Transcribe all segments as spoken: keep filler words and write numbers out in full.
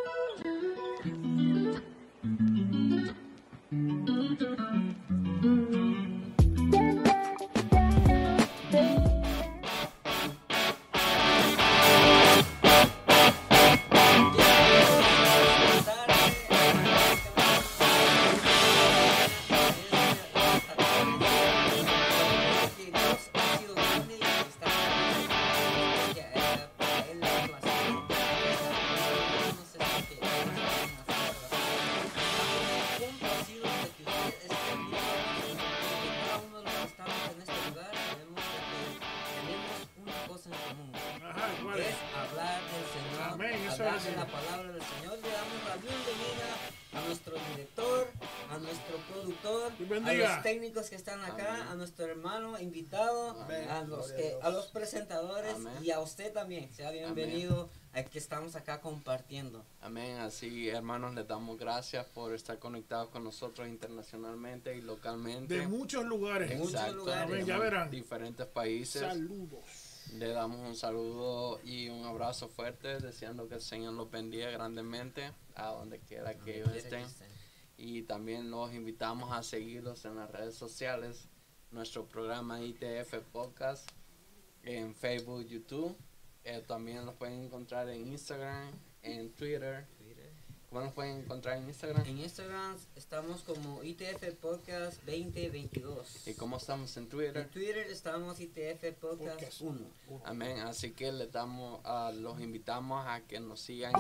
En la palabra del Señor le damos la bienvenida a nuestro director, a nuestro productor, a los técnicos que están acá, Amén. A nuestro hermano invitado, Amén. a los que, a los presentadores Amén. Y a usted también. Sea bienvenido Amén. A que estamos acá compartiendo. Amén. Así, hermanos, les damos gracias por estar conectados con nosotros internacionalmente y localmente. De muchos lugares. De muchos lugares. Amén, ya verán. Diferentes países. Saludos. Le damos un saludo y un abrazo fuerte, deseando que el Señor los bendiga grandemente a donde quiera que ellos estén. Y también los invitamos a seguirlos en las redes sociales, nuestro programa I T F Podcast, en Facebook, YouTube. Eh, también los pueden encontrar en Instagram, en Twitter. ¿Cómo nos pueden encontrar en Instagram? En Instagram estamos como I T F Podcast veinte veintidós. ¿Y cómo estamos en Twitter? En Twitter estamos I T F Podcast uno. Amén. Así que les damos, uh, los invitamos a que nos sigan.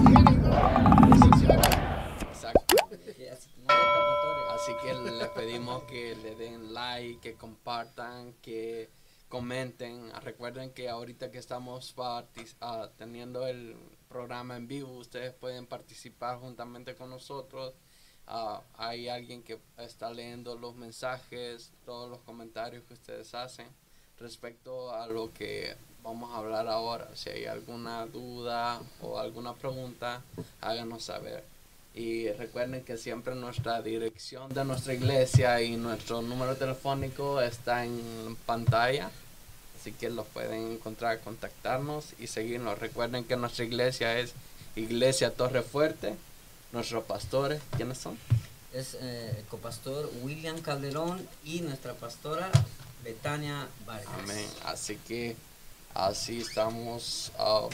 Exacto. Así que les pedimos que le den like, que compartan, que comenten. Recuerden que ahorita que estamos partic- uh, teniendo el programa en vivo, ustedes pueden participar juntamente con nosotros. Uh, hay alguien que está leyendo los mensajes, todos los comentarios que ustedes hacen respecto a lo que vamos a hablar ahora. Si hay alguna duda o alguna pregunta, háganos saber. Y recuerden que siempre nuestra dirección de nuestra iglesia y nuestro número telefónico está en pantalla. Así que los pueden encontrar, contactarnos y seguirnos. Recuerden que nuestra iglesia es Iglesia Torre Fuerte. Nuestros pastores, ¿quiénes son? Es eh, el copastor William Calderón y nuestra pastora Betania Vargas. Amén. Así que así estamos uh,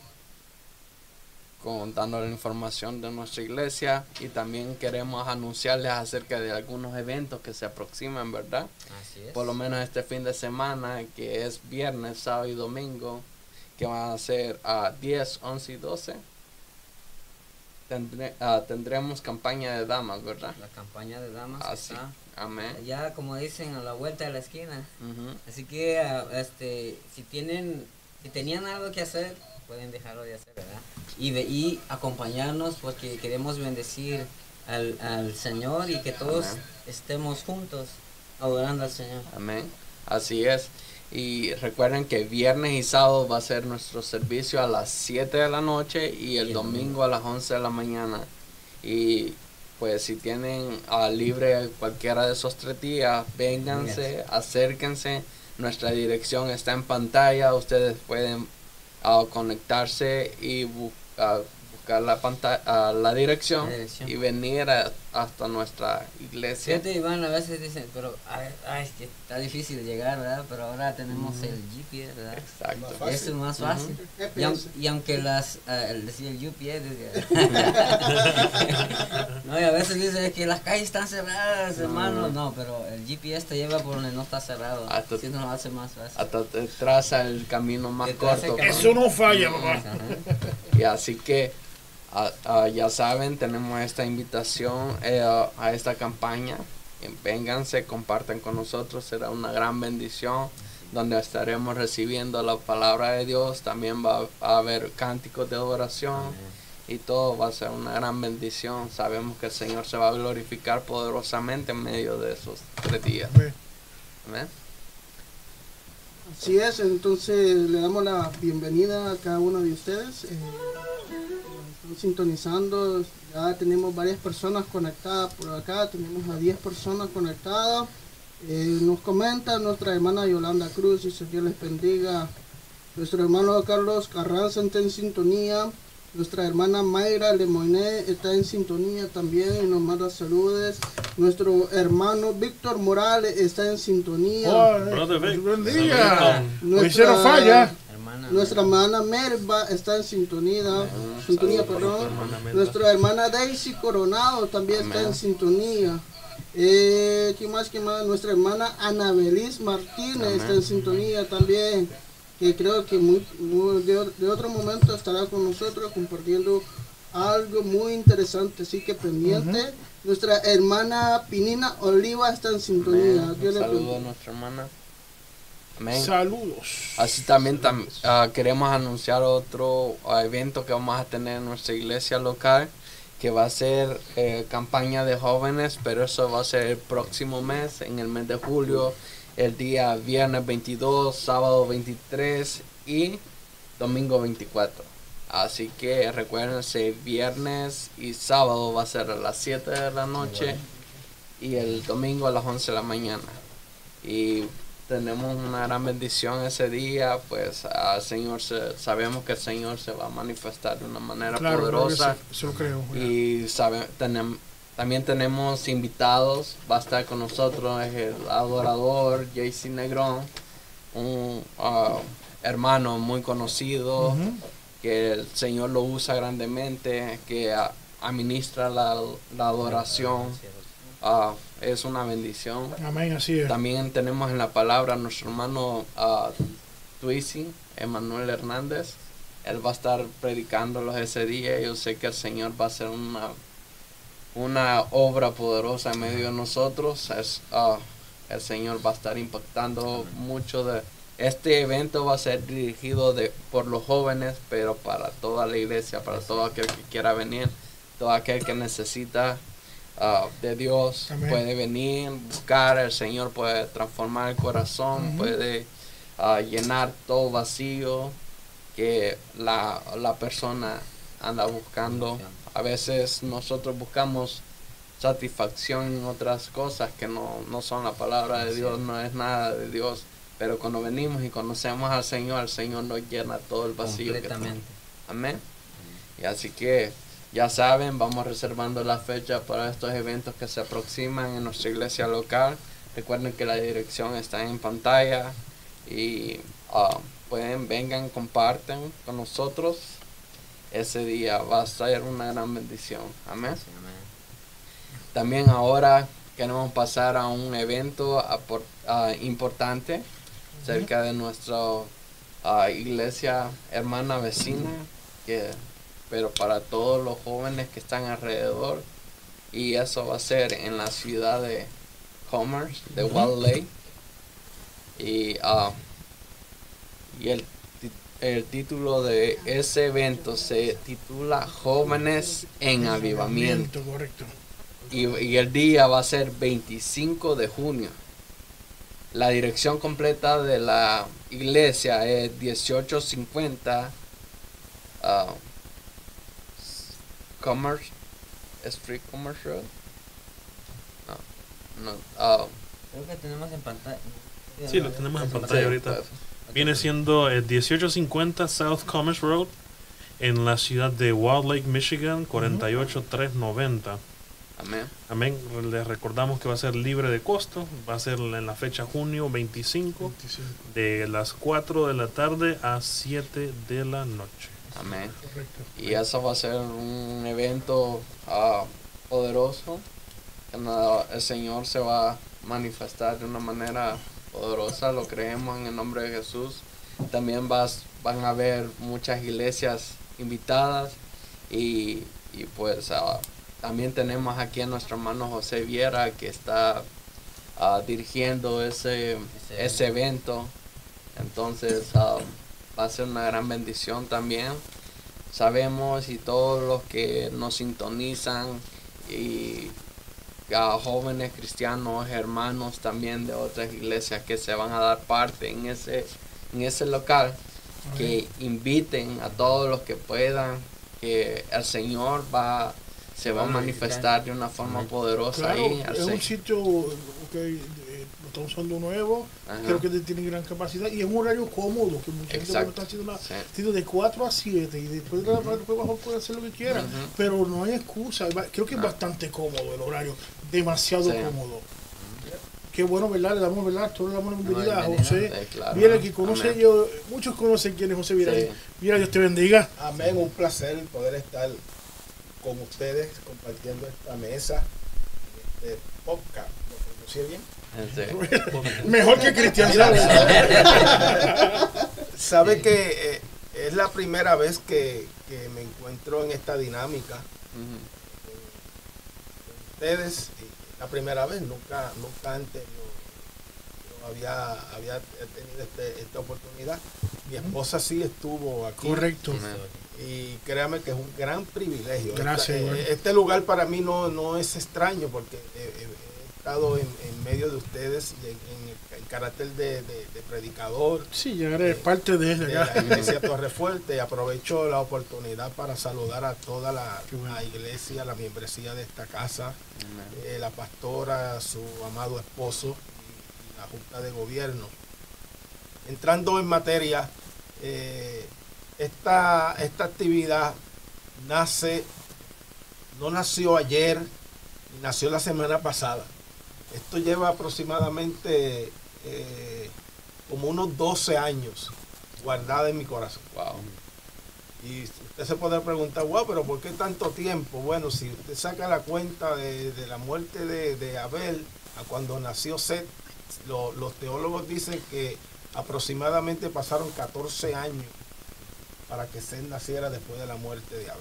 contando la información de nuestra iglesia y también queremos anunciarles acerca de algunos eventos que se aproximan, ¿verdad? Así es. Por lo menos este fin de semana, que es viernes, sábado y domingo, que van a ser a uh, diez, once y doce. Tendré, uh, tendremos campaña de damas, ¿verdad? La campaña de damas Así, está amén. Ya, como dicen, a la vuelta de la esquina. Uh-huh. Así que uh, este, si tienen, si tenían algo que hacer, pueden dejarlo de hacer, ¿verdad? Y, de, y acompañarnos, porque queremos bendecir al, al Señor y que todos amén. Estemos juntos adorando al Señor. Amén. Así es. Y recuerden que viernes y sábado va a ser nuestro servicio a las siete de la noche y el domingo a las once de la mañana. Y pues si tienen uh, libre cualquiera de esos tres días, vénganse, yes. acérquense. Nuestra dirección está en pantalla. Ustedes pueden uh, conectarse y bu uh, buscar la, pantalla, uh, la, dirección, la dirección y venir a, hasta nuestra iglesia. Fíjate, Iván, a veces dicen, pero ay, ay, es que está difícil llegar, ¿verdad? Pero ahora tenemos uh-huh. el G P S, ¿verdad? Exacto. Eso es más fácil. Uh-huh. y, aun, y aunque las, uh, el decir el G P S, no, y a veces dicen que las calles están cerradas, uh-huh. hermano. No, pero el G P S te lleva por donde no está cerrado. Hasta, así nos lo hace más fácil. Hasta te traza el camino más te corto. Eso no falla, papá. Uh-huh. Y así que Uh, uh, ya saben, tenemos esta invitación eh, uh, a esta campaña. Vénganse, compartan con nosotros, será una gran bendición donde estaremos recibiendo la palabra de Dios. También va a haber cánticos de adoración y todo va a ser una gran bendición. Sabemos que el Señor se va a glorificar poderosamente en medio de esos tres días. Amén. Así es, entonces le damos la bienvenida a cada uno de ustedes. Eh, sintonizando, ya tenemos varias personas conectadas por acá, tenemos a diez personas conectadas. Eh, nos comenta nuestra hermana Yolanda Cruz, y Dios les bendiga. Nuestro hermano Carlos Carranza está en sintonía. Nuestra hermana Mayra Lemoyne está en sintonía también y nos manda saludos. Nuestro hermano Víctor Morales está en sintonía. Oh, buen día. Nuestra, falla. Nuestra hermana Melba está en sintonía. sintonía perdón. Nuestra hermana Daisy Coronado también Amén. Está en sintonía. Eh, ¿Qué más? ¿Qué más? Nuestra hermana Ana Belis Martínez Amén. Está en sintonía también. Que creo que muy, muy de, de otro momento estará con nosotros compartiendo algo muy interesante, así que pendiente. Uh-huh. Nuestra hermana Pinina Oliva está en sintonía. Saludos a nuestra hermana. Amén. Saludos. Así también tam, uh, queremos anunciar otro uh, evento que vamos a tener en nuestra iglesia local, que va a ser eh, campaña de jóvenes, pero eso va a ser el próximo mes, en el mes de julio. El día viernes veintidós, sábado veintitrés y domingo veinticuatro. Así que recuérdense, viernes y sábado va a ser a las siete de la noche y el domingo a las once de la mañana. Y tenemos una gran bendición ese día, pues al Señor se, sabemos que el Señor se va a manifestar de una manera claro, poderosa. Eso lo creo. Y sabe, tenemos... También tenemos invitados, va a estar con nosotros el adorador J C Negrón, un uh, hermano muy conocido, uh-huh. que el Señor lo usa grandemente, que uh, administra la, la adoración, uh, es una bendición. Amén, así es. También tenemos en la palabra a nuestro hermano uh, Twissy, Emanuel Hernández, él va a estar predicándolos ese día. Yo sé que el Señor va a hacer una una obra poderosa en medio de nosotros. Es, uh, el Señor va a estar impactando mucho de este evento. Va a ser dirigido de, por los jóvenes, pero para toda la iglesia, para todo aquel que quiera venir, todo aquel que necesita uh, de Dios. Amén. Puede venir, buscar, el Señor puede transformar el corazón, uh-huh. puede uh, llenar todo vacío que la, la persona anda buscando. A veces nosotros buscamos satisfacción en otras cosas que no, no son la palabra de Dios, no es nada de Dios. Pero cuando venimos y conocemos al Señor, el Señor nos llena todo el vacío que tenemos. Amén. Y así que ya saben, vamos reservando la fecha para estos eventos que se aproximan en nuestra iglesia local. Recuerden que la dirección está en pantalla y uh, pueden, vengan, comparten con nosotros. Ese día va a ser una gran bendición. Amén. Sí, amén. También ahora queremos pasar a un evento a por, uh, importante uh-huh. cerca de nuestra uh, iglesia hermana vecina, que, pero para todos los jóvenes que están alrededor. Y eso va a ser en la ciudad de Commerce, de uh-huh. Wall Lake. Y, uh, y el El título de ese evento se titula Jóvenes en Avivamiento. Correcto. Y, y el día va a ser veinticinco de junio. La dirección completa de la iglesia es dieciocho cincuenta uh, Commerce Street, Commerce Road. No, no. Uh, Creo que tenemos en pantalla. Sí, lo tenemos en pantalla ahorita. Viene siendo el dieciocho cincuenta South Commerce Road en la ciudad de Wall Lake, Michigan, cuarenta y ocho tres noventa. Amén. Amén. Les recordamos que va a ser libre de costo. Va a ser en la fecha junio veinticinco, veinticinco. De las cuatro de la tarde a siete de la noche. Amén. Correcto. Y eso va a ser un evento uh, poderoso. El Señor se va a manifestar de una manera poderosa, lo creemos en el nombre de Jesús. También vas, van a haber muchas iglesias invitadas y, y pues uh, también tenemos aquí a nuestro hermano José Viera, que está uh, dirigiendo ese, ese, ese evento. Entonces uh, va a ser una gran bendición también. Sabemos, y todos los que nos sintonizan y a jóvenes cristianos, hermanos también de otras iglesias que se van a dar parte en ese, en ese local, Amén. Que inviten a todos los que puedan, que el Señor va, se va a manifestar de una forma Amén. Poderosa claro, ahí. Es un sitio okay, lo estamos usando nuevo, ajá, creo que tiene gran capacidad y es un horario cómodo, que mucha gente está haciendo una, sí, de cuatro a siete y después de la después bajo puede hacer lo que quiera, uh-huh, pero no hay excusa, creo que es bastante cómodo el horario, demasiado sí, cómodo. Qué bueno, ¿verdad? Le damos, ¿verdad? Toda la bienvenida a José. Sí, claro. Mira, que conoce amén, yo, muchos conocen quién es José Viral. Sí. Mira, Dios te bendiga. Amén, un placer poder estar con ustedes compartiendo esta mesa, este podcast. ¿Lo pronuncié bien? Mejor que Cristian. Sabe que eh, es la primera vez que, que me encuentro en esta dinámica uh-huh, con ustedes. La primera vez, nunca nunca antes no, no había, había tenido este, esta oportunidad. Mi esposa sí estuvo aquí. Correcto. Y créame que es un gran privilegio. Gracias. Esta, eh, este lugar para mí no, no es extraño porque he, he estado en, en medio de ustedes en, en el carácter de, de, de predicador. Sí, ya eres eh, parte de, de la iglesia Torrefuerte. Aprovecho la oportunidad para saludar a toda la, bueno, la iglesia, la membresía de esta casa, eh, la pastora, su amado esposo y la junta de gobierno. Entrando en materia, eh, esta, esta actividad nace, no nació ayer, nació la semana pasada. Esto lleva aproximadamente eh, como unos doce años guardada en mi corazón. Wow. Y usted se puede preguntar, wow, pero ¿por qué tanto tiempo? Bueno, si usted saca la cuenta de, de la muerte de, de Abel a cuando nació Set, lo, los teólogos dicen que aproximadamente pasaron catorce años para que Set naciera después de la muerte de Abel.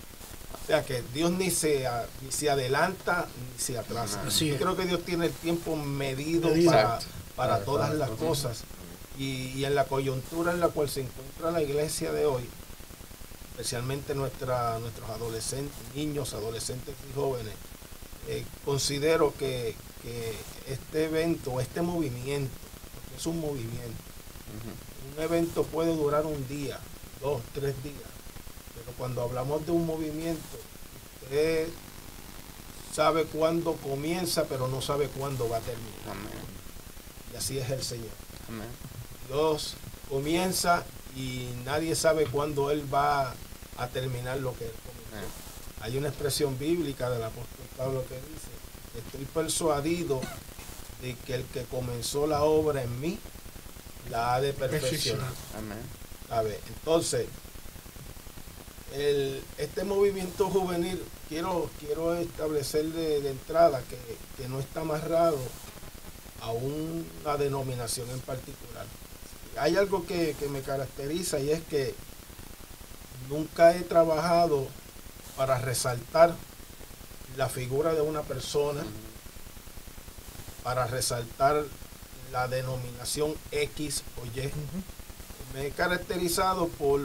O sea que Dios ni se, ni se adelanta ni se atrasa. Yo creo que Dios tiene el tiempo medido para, para todas las cosas. Y, y en la coyuntura en la cual se encuentra la iglesia de hoy, especialmente nuestra, nuestros adolescentes, niños, adolescentes y jóvenes, eh, considero que, que este evento, este movimiento, porque es un movimiento, uh-huh, un evento puede durar un día, dos, tres días. Pero cuando hablamos de un movimiento, usted sabe cuándo comienza, pero no sabe cuándo va a terminar. Amén. Y así es el Señor. Amén. Dios comienza y nadie sabe cuándo Él va a terminar lo que Él comenzó. Amén. Hay una expresión bíblica del apóstol Pablo que dice: estoy persuadido de que el que comenzó la obra en mí la ha de perfeccionar. Amén. A ver, entonces, El, este movimiento juvenil, quiero, quiero establecer de, de entrada que, que no está amarrado a una denominación en particular. Hay algo que, que me caracteriza y es que nunca he trabajado para resaltar la figura de una persona, para resaltar la denominación X o Y. Uh-huh. Me he caracterizado por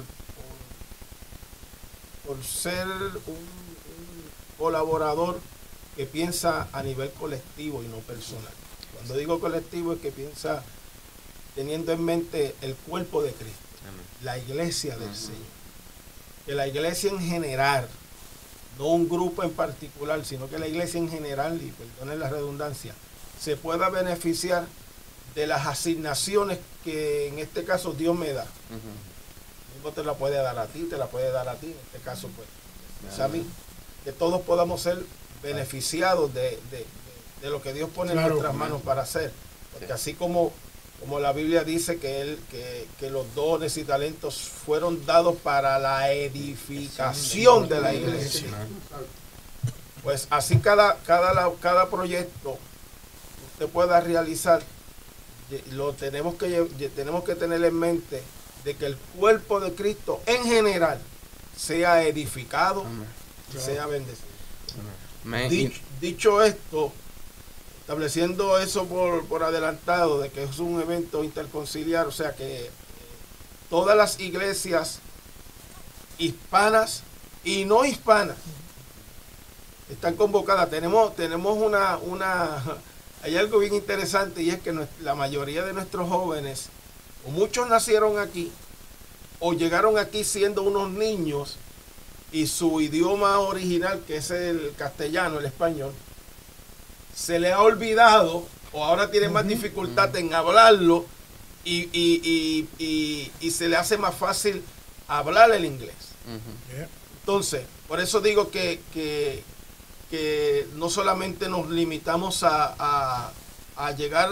por ser un, un colaborador que piensa a nivel colectivo y no personal. Cuando digo colectivo es que piensa teniendo en mente el cuerpo de Cristo, amén, la iglesia del uh-huh, Señor. Que la iglesia en general, no un grupo en particular, sino que la iglesia en general, y perdonen la redundancia, se pueda beneficiar de las asignaciones que en este caso Dios me da. Uh-huh. Te la puede dar a ti, te la puede dar a ti, en este caso pues, es a mí, que todos podamos ser beneficiados de, de, de, de lo que Dios pone claro, en nuestras manos para hacer, porque así como, como la Biblia dice que, él, que, que los dones y talentos fueron dados para la edificación de la iglesia, pues así cada, cada, cada proyecto que usted pueda realizar, lo tenemos que, tenemos que tener en mente de que el cuerpo de Cristo en general sea edificado, amén, y sea bendecido. Amén. Dicho, dicho esto, estableciendo eso por, por adelantado, de que es un evento interconciliar, o sea que eh, todas las iglesias hispanas y no hispanas están convocadas. Tenemos, tenemos una, una, hay algo bien interesante y es que la mayoría de nuestros jóvenes, o muchos nacieron aquí, o llegaron aquí siendo unos niños, y su idioma original, que es el castellano, el español, se le ha olvidado o ahora tiene más dificultad en hablarlo y, y, y, y, y se le hace más fácil hablar el inglés. Entonces, por eso digo que, que, que no solamente nos limitamos a, a, a llegar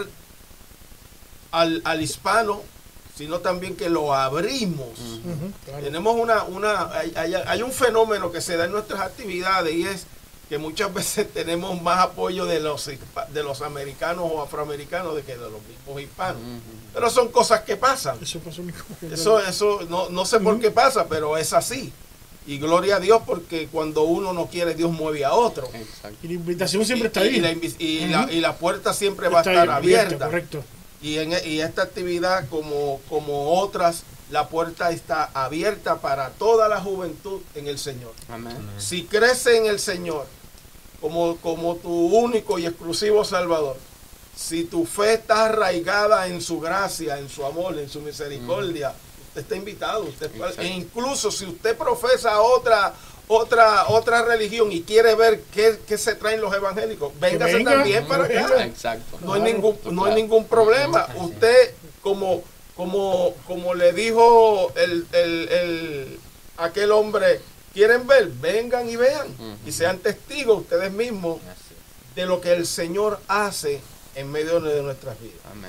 al, al hispano, sino también que lo abrimos. Uh-huh, claro. Tenemos una, una hay, hay, hay un fenómeno que se da en nuestras actividades y es que muchas veces tenemos más apoyo de los, de los americanos o afroamericanos de que de los mismos hispanos. Uh-huh. Pero son cosas que pasan. Eso, pasó eso, eso no, no sé por uh-huh. qué pasa, pero es así. Y gloria a Dios porque cuando uno no quiere, Dios mueve a otro. Exacto. Y la invitación siempre está ahí. Y la, y, uh-huh. la, y la puerta siempre está va a estar ahí, abierta. abierta. Correcto. Y en y esta actividad, como, como otras, la puerta está abierta para toda la juventud en el Señor. Amén. Si crece en el Señor como, como tu único y exclusivo Salvador, si tu fe está arraigada en su gracia, en su amor, en su misericordia, mm. usted está invitado. Usted, e incluso si usted profesa otra otra otra religión y quiere ver qué, qué se traen los evangélicos, véngase venga, también para acá. Exacto. No hay ningún no hay ningún problema. Usted como como como le dijo el, el, el aquel hombre, quieren ver, vengan y vean uh-huh. y sean testigos ustedes mismos de lo que el Señor hace en medio de nuestras vidas. Amén.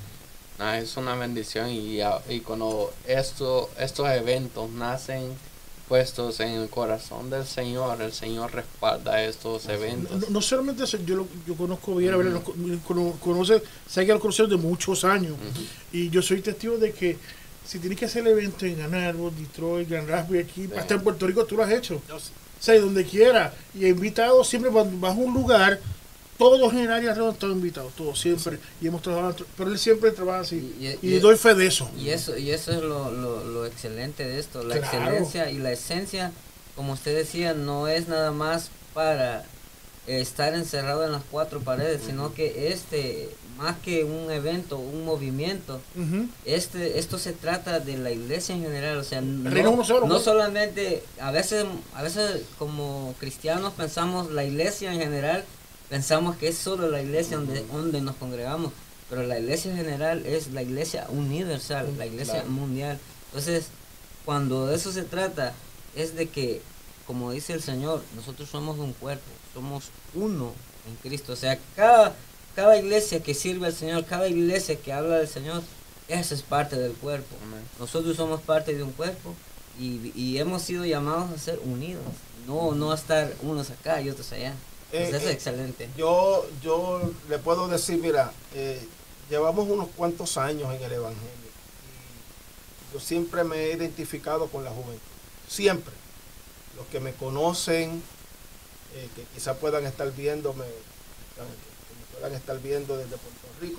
No, es una bendición y, y cuando esto, estos eventos nacen puestos en el corazón del Señor, el Señor respalda estos eventos. No, no solamente eso, yo, lo, yo conozco bien, uh-huh. a ver, lo, conoce, sé que lo conocemos de muchos años uh-huh. y yo soy testigo de que si tienes que hacer el evento en Ann Arbor, Detroit, Grand Rapids, aquí, sí. hasta en Puerto Rico tú lo has hecho. Yo sí. O sea, donde quiera. Y he invitado siempre cuando vas a un lugar, todos los generales alrededor están invitados, todos siempre, sí. y hemos trabajado, pero él siempre trabaja así, y, y, y, y doy fe de eso. Y eso y eso es lo, lo, lo excelente de esto, la claro. excelencia y la esencia, como usted decía, no es nada más para eh, estar encerrado en las cuatro paredes, uh-huh. sino que este, más que un evento, un movimiento, uh-huh. este esto se trata de la iglesia en general, o sea, no, solo, no solamente, a veces, a veces como cristianos pensamos la iglesia en general, pensamos que es solo la iglesia donde, donde nos congregamos, pero la iglesia en general es la iglesia universal, la iglesia claro. mundial. Entonces, cuando de eso se trata, es de que, como dice el Señor, nosotros somos un cuerpo, somos uno en Cristo. O sea, cada, cada iglesia que sirve al Señor, cada iglesia que habla del Señor, esa es parte del cuerpo. Amén. Nosotros somos parte de un cuerpo y, y hemos sido llamados a ser unidos, no, no a estar unos acá y otros allá. Pues eh, eso es excelente. Yo, yo le puedo decir, mira, eh, llevamos unos cuantos años en el Evangelio y yo siempre me he identificado con la juventud, siempre. Los que me conocen, eh, que quizás puedan estar viéndome, que me puedan estar viendo desde Puerto Rico,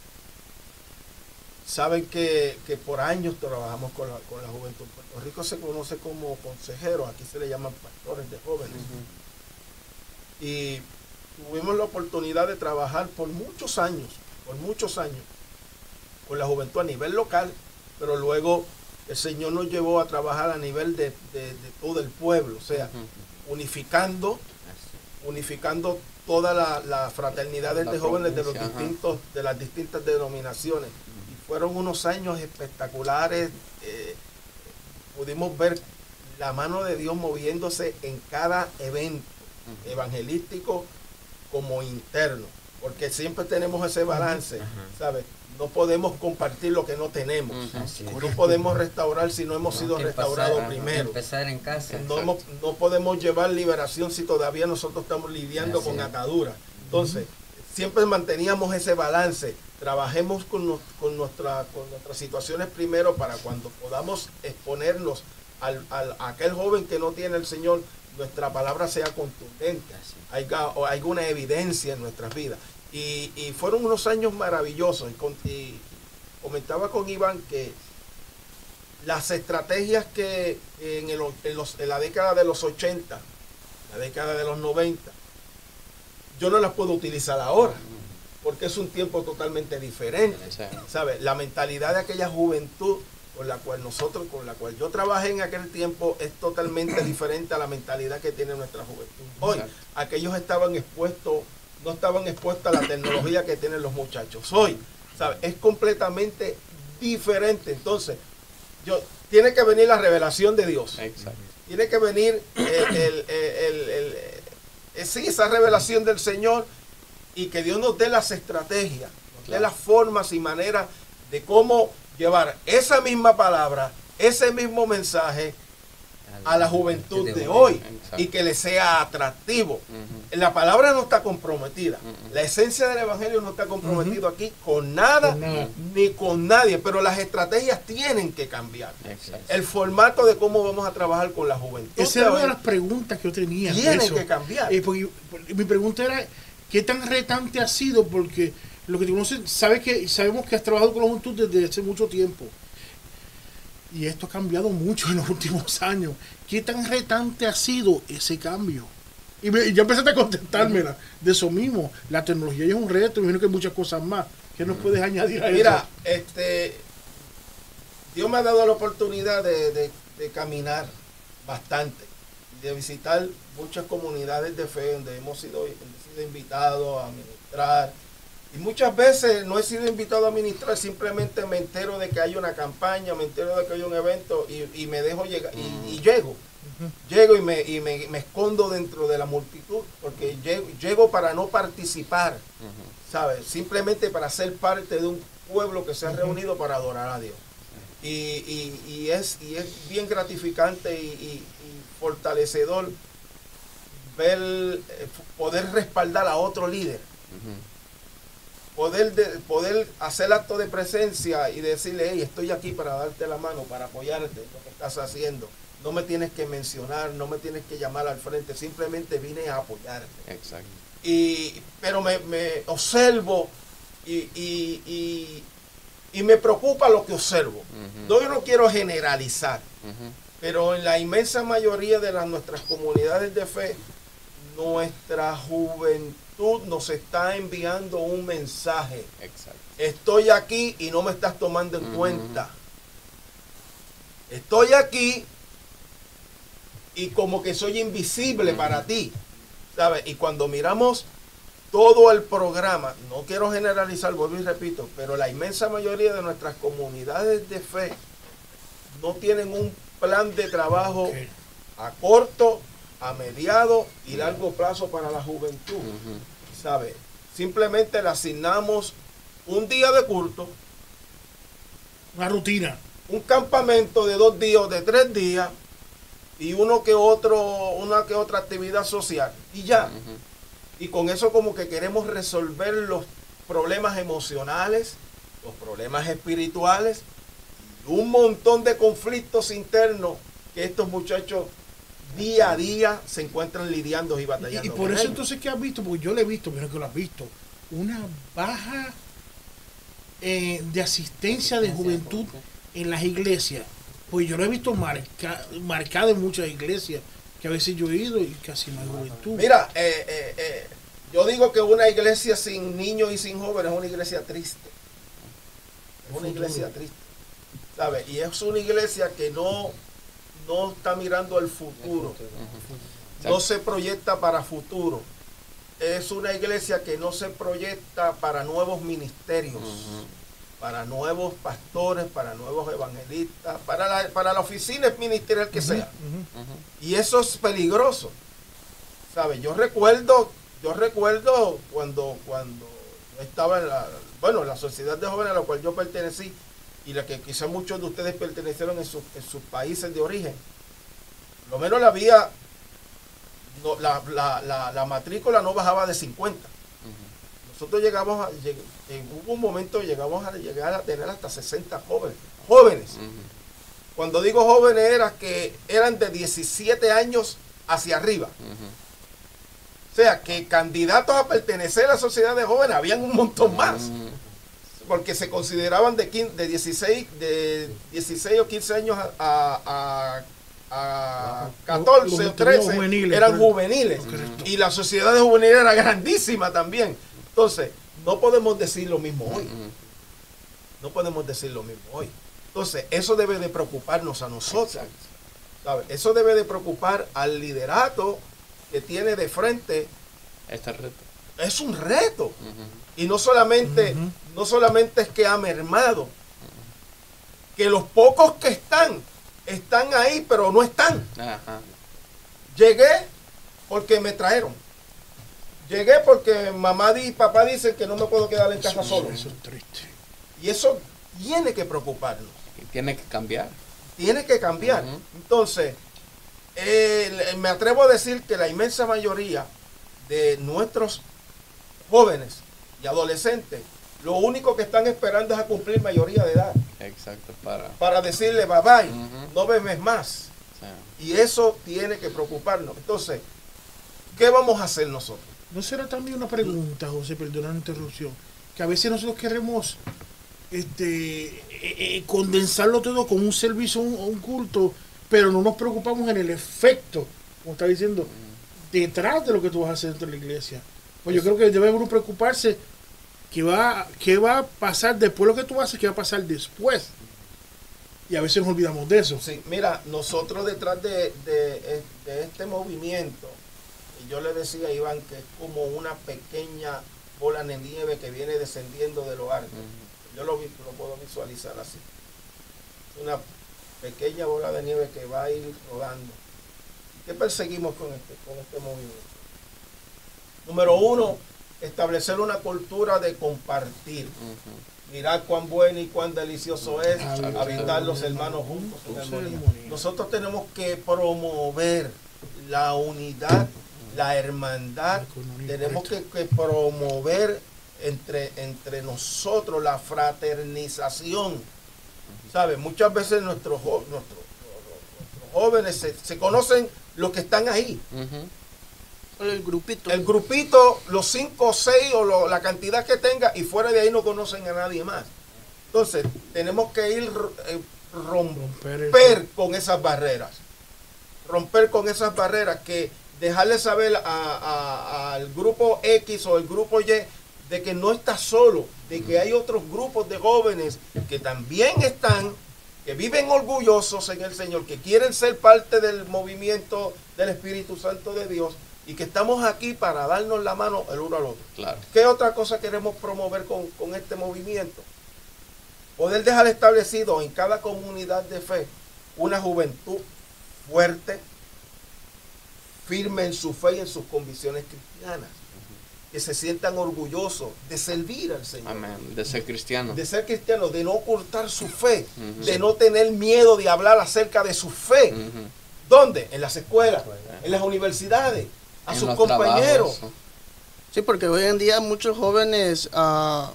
saben que, que por años trabajamos con la, con la juventud. Puerto Rico se conoce como consejeros, aquí se le llaman pastores de jóvenes. Uh-huh. Y tuvimos la oportunidad de trabajar por muchos años, por muchos años, con la juventud a nivel local, pero luego el Señor nos llevó a trabajar a nivel de, de, de todo el pueblo, o sea, uh-huh. unificando, unificando toda la, la fraternidad la de jóvenes de los distintos, de las distintas denominaciones. Uh-huh. Y fueron unos años espectaculares, eh, pudimos ver la mano de Dios moviéndose en cada evento evangelístico como interno, porque siempre tenemos ese balance, uh-huh. ¿sabes? No podemos compartir lo que no tenemos, uh-huh. no podemos restaurar si no hemos no, sido restaurados pasar, primero. Empezar en casa. No, hemos, no podemos llevar liberación si todavía nosotros estamos lidiando Así con ataduras. Entonces, uh-huh. siempre manteníamos ese balance. Trabajemos con, no, con, nuestra, con nuestras situaciones primero para cuando podamos exponernos al, al, a aquel joven que no tiene el Señor, nuestra palabra sea contundente, hay, hay una evidencia en nuestras vidas. Y, y fueron unos años maravillosos. Y, con, y comentaba con Iván que las estrategias que en, el, en, los, en la década de los ochenta, la década de los noventa, yo no las puedo utilizar ahora, porque es un tiempo totalmente diferente. ¿Sabes? La mentalidad de aquella juventud con la cual nosotros, con la cual yo trabajé en aquel tiempo, es totalmente diferente a la mentalidad que tiene nuestra juventud. Hoy, aquellos estaban expuestos no estaban expuestos a la tecnología que tienen los muchachos. Hoy, ¿sabe? Es completamente diferente. Entonces, yo, tiene que venir la revelación de Dios. Exacto. Tiene que venir el, el, el, el, el, el, sí, esa revelación del Señor, y que Dios nos dé las estrategias, nos claro. dé las formas y maneras de cómo llevar esa misma palabra, ese mismo mensaje a la juventud de hoy. Exacto. Y que le sea atractivo. Uh-huh. La palabra no está comprometida. Uh-huh. La esencia del evangelio no está comprometido uh-huh. aquí con nada, con nada ni con nadie, pero las estrategias tienen que cambiar. Exacto. El formato de cómo vamos a trabajar con la juventud. Esa era una de las preguntas que yo tenía. Tienen que cambiar. Eh, porque, porque, mi pregunta era, ¿qué tan retante ha sido? Porque lo que tú conoces, sabes que, sabemos que has trabajado con la juventud desde hace mucho tiempo. Y esto ha cambiado mucho en los últimos años. ¿Qué tan retante ha sido ese cambio? Y, me, y ya empezaste a contestármela uh-huh. de eso mismo. La tecnología es un reto, me imagino que hay muchas cosas más. ¿Qué nos uh-huh. puedes añadir a Mira, eso? Mira, este, Dios me ha dado la oportunidad de, de, de caminar bastante, de visitar muchas comunidades de fe donde hemos sido, sido invitados a ministrar. Y muchas veces no he sido invitado a ministrar, simplemente me entero de que hay una campaña, me entero de que hay un evento y, y me dejo llegar, y, y llego. Uh-huh. Llego y, me, y me, me escondo dentro de la multitud, porque llego, llego para no participar, uh-huh. ¿sabes? Simplemente para ser parte de un pueblo que se ha reunido uh-huh. para adorar a Dios. Y, y, y, es, y es bien gratificante y, y, y fortalecedor ver, eh, poder respaldar a otro líder. Uh-huh. Poder, de, poder hacer acto de presencia y decirle, hey, estoy aquí para darte la mano, para apoyarte en lo que estás haciendo. No me tienes que mencionar, no me tienes que llamar al frente, simplemente vine a apoyarte. Exacto. Y, pero me, me observo y, y, y, y me preocupa lo que observo. Uh-huh. No, yo no quiero generalizar, uh-huh. pero en la inmensa mayoría de las, nuestras comunidades de fe, nuestra juventud nos está enviando un mensaje. Exacto. Estoy aquí y no me estás tomando en uh-huh. cuenta. Estoy aquí y como que soy invisible uh-huh. para ti, ¿sabes? Y cuando miramos todo el programa, no quiero generalizar, vuelvo y repito, pero la inmensa mayoría de nuestras comunidades de fe no tienen un plan de trabajo okay. a corto, a mediado y largo plazo para la juventud, uh-huh. ¿sabe? Simplemente le asignamos un día de culto, una rutina, un campamento de dos días o de tres días y uno que otro, una que otra actividad social y ya. Uh-huh. Y con eso como que queremos resolver los problemas emocionales, los problemas espirituales y un montón de conflictos internos que estos muchachos día a día se encuentran lidiando y batallando. Y, y por eso ellos. Entonces, ¿qué has visto? Porque yo lo he visto, pero que lo has visto. Una baja eh, de asistencia de juventud en las iglesias. Pues yo lo he visto marca, marcado en muchas iglesias, que a veces yo he ido y casi no hay juventud. Mira, eh, eh, eh, yo digo que una iglesia sin niños y sin jóvenes es una iglesia triste. Es una iglesia triste, ¿sabes? Y es una iglesia que no... no está mirando el futuro, no se proyecta para futuro. Es una iglesia que no se proyecta para nuevos ministerios, uh-huh. para nuevos pastores, para nuevos evangelistas, para la, para la oficina ministerial que uh-huh. sea. Uh-huh. Y eso es peligroso, ¿sabes? Yo recuerdo, yo recuerdo cuando, cuando estaba en la, bueno, en la sociedad de jóvenes a la cual yo pertenecí, y la que quizás muchos de ustedes pertenecieron en, su, en sus países de origen, lo menos la vía, no, la, la, la, la matrícula no bajaba de cincuenta. Uh-huh. Nosotros llegamos a, lleg, en hubo un momento llegamos a llegar a tener hasta sesenta jóvenes. Jóvenes. Uh-huh. Cuando digo jóvenes era que eran de diecisiete años hacia arriba. Uh-huh. O sea, que candidatos a pertenecer a la sociedad de jóvenes habían un montón más. Uh-huh. Porque se consideraban de, quince, de, dieciséis, de dieciséis o quince años a, a, a catorce o trece juveniles, eran juveniles. Uh-huh. Y la sociedad de juveniles era grandísima también. Entonces, no podemos decir lo mismo hoy. Uh-huh. No podemos decir lo mismo hoy. Entonces, eso debe de preocuparnos a nosotros. ¿Sabes? Eso debe de preocupar al liderato que tiene de frente este reto. es un reto. Uh-huh. Y no solamente, uh-huh. no solamente es que ha mermado, uh-huh. que los pocos que están, están ahí, pero no están. Uh-huh. Llegué porque me trajeron. Llegué porque mamá y papá dicen que no me puedo quedar en casa solo. Eso es triste. Y eso tiene que preocuparnos. Y tiene que cambiar. Tiene que cambiar. Uh-huh. Entonces, eh, me atrevo a decir que la inmensa mayoría de nuestros jóvenes y adolescentes, lo único que están esperando es a cumplir mayoría de edad. Exacto, para, para decirle bye bye, uh-huh. no bebes más. Sí. Y eso tiene que preocuparnos. Entonces, ¿qué vamos a hacer nosotros? ¿No será también una pregunta, José, perdona la interrupción, que a veces nosotros queremos este, eh, eh, condensarlo todo con un servicio o un, un culto, pero no nos preocupamos en el efecto, como está diciendo, uh-huh. detrás de lo que tú vas a hacer dentro de la iglesia? Pues yo creo que debe uno preocuparse qué va, qué va a pasar después de lo que tú haces, qué va a pasar después. Y a veces nos olvidamos de eso. Sí, mira, nosotros detrás de, de, de este movimiento, y yo le decía a Iván que es como una pequeña bola de nieve que viene descendiendo de lo alto. Uh-huh. Yo lo, lo puedo visualizar así. Una pequeña bola de nieve que va a ir rodando. ¿Qué perseguimos con este, con este movimiento? Número uno, establecer una cultura de compartir. Uh-huh. Mirar cuán bueno y cuán delicioso es uh-huh. habitar los hermanos juntos en armonía. Nosotros tenemos que promover la unidad, la hermandad. Tenemos que, que promover entre, entre nosotros la fraternización. Uh-huh. ¿Sabes? Muchas veces nuestros, nuestros, nuestros jóvenes se, se conocen los que están ahí. Uh-huh. El grupito. El grupito, los cinco o seis o lo, la cantidad que tenga, y fuera de ahí no conocen a nadie más. Entonces, tenemos que ir eh, romper, romper con esas barreras. Romper con esas barreras, que dejarle saber a, a, al grupo X o el grupo Y de que no está solo, de que hay otros grupos de jóvenes que también están, que viven orgullosos en el Señor, que quieren ser parte del movimiento del Espíritu Santo de Dios, y que estamos aquí para darnos la mano el uno al otro. Claro. ¿Qué otra cosa queremos promover con, con este movimiento? Poder dejar establecido en cada comunidad de fe una juventud fuerte, firme en su fe y en sus convicciones cristianas, uh-huh. que se sientan orgullosos de servir al Señor. Amén. De ser cristiano. De ser cristiano, de no ocultar su fe, uh-huh. de sí. no tener miedo de hablar acerca de su fe. Uh-huh. ¿Dónde? En las escuelas, en las universidades, a en sus compañeros. Trabajos. Sí, porque hoy en día muchos jóvenes uh,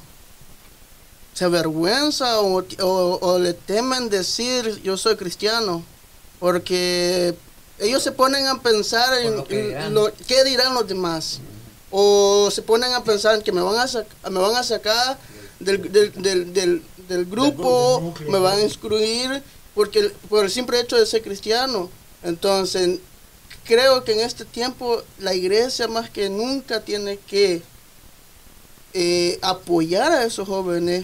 se avergüenzan o, o, o le temen decir yo soy cristiano, porque ellos se ponen a pensar en lo que, en lo, qué dirán los demás, uh-huh. o se ponen a pensar en que me van a, sac me van a sacar del, del, del, del, del grupo, me van a excluir porque por el simple hecho de ser cristiano. Entonces, creo que en este tiempo la iglesia más que nunca tiene que eh, apoyar a esos jóvenes,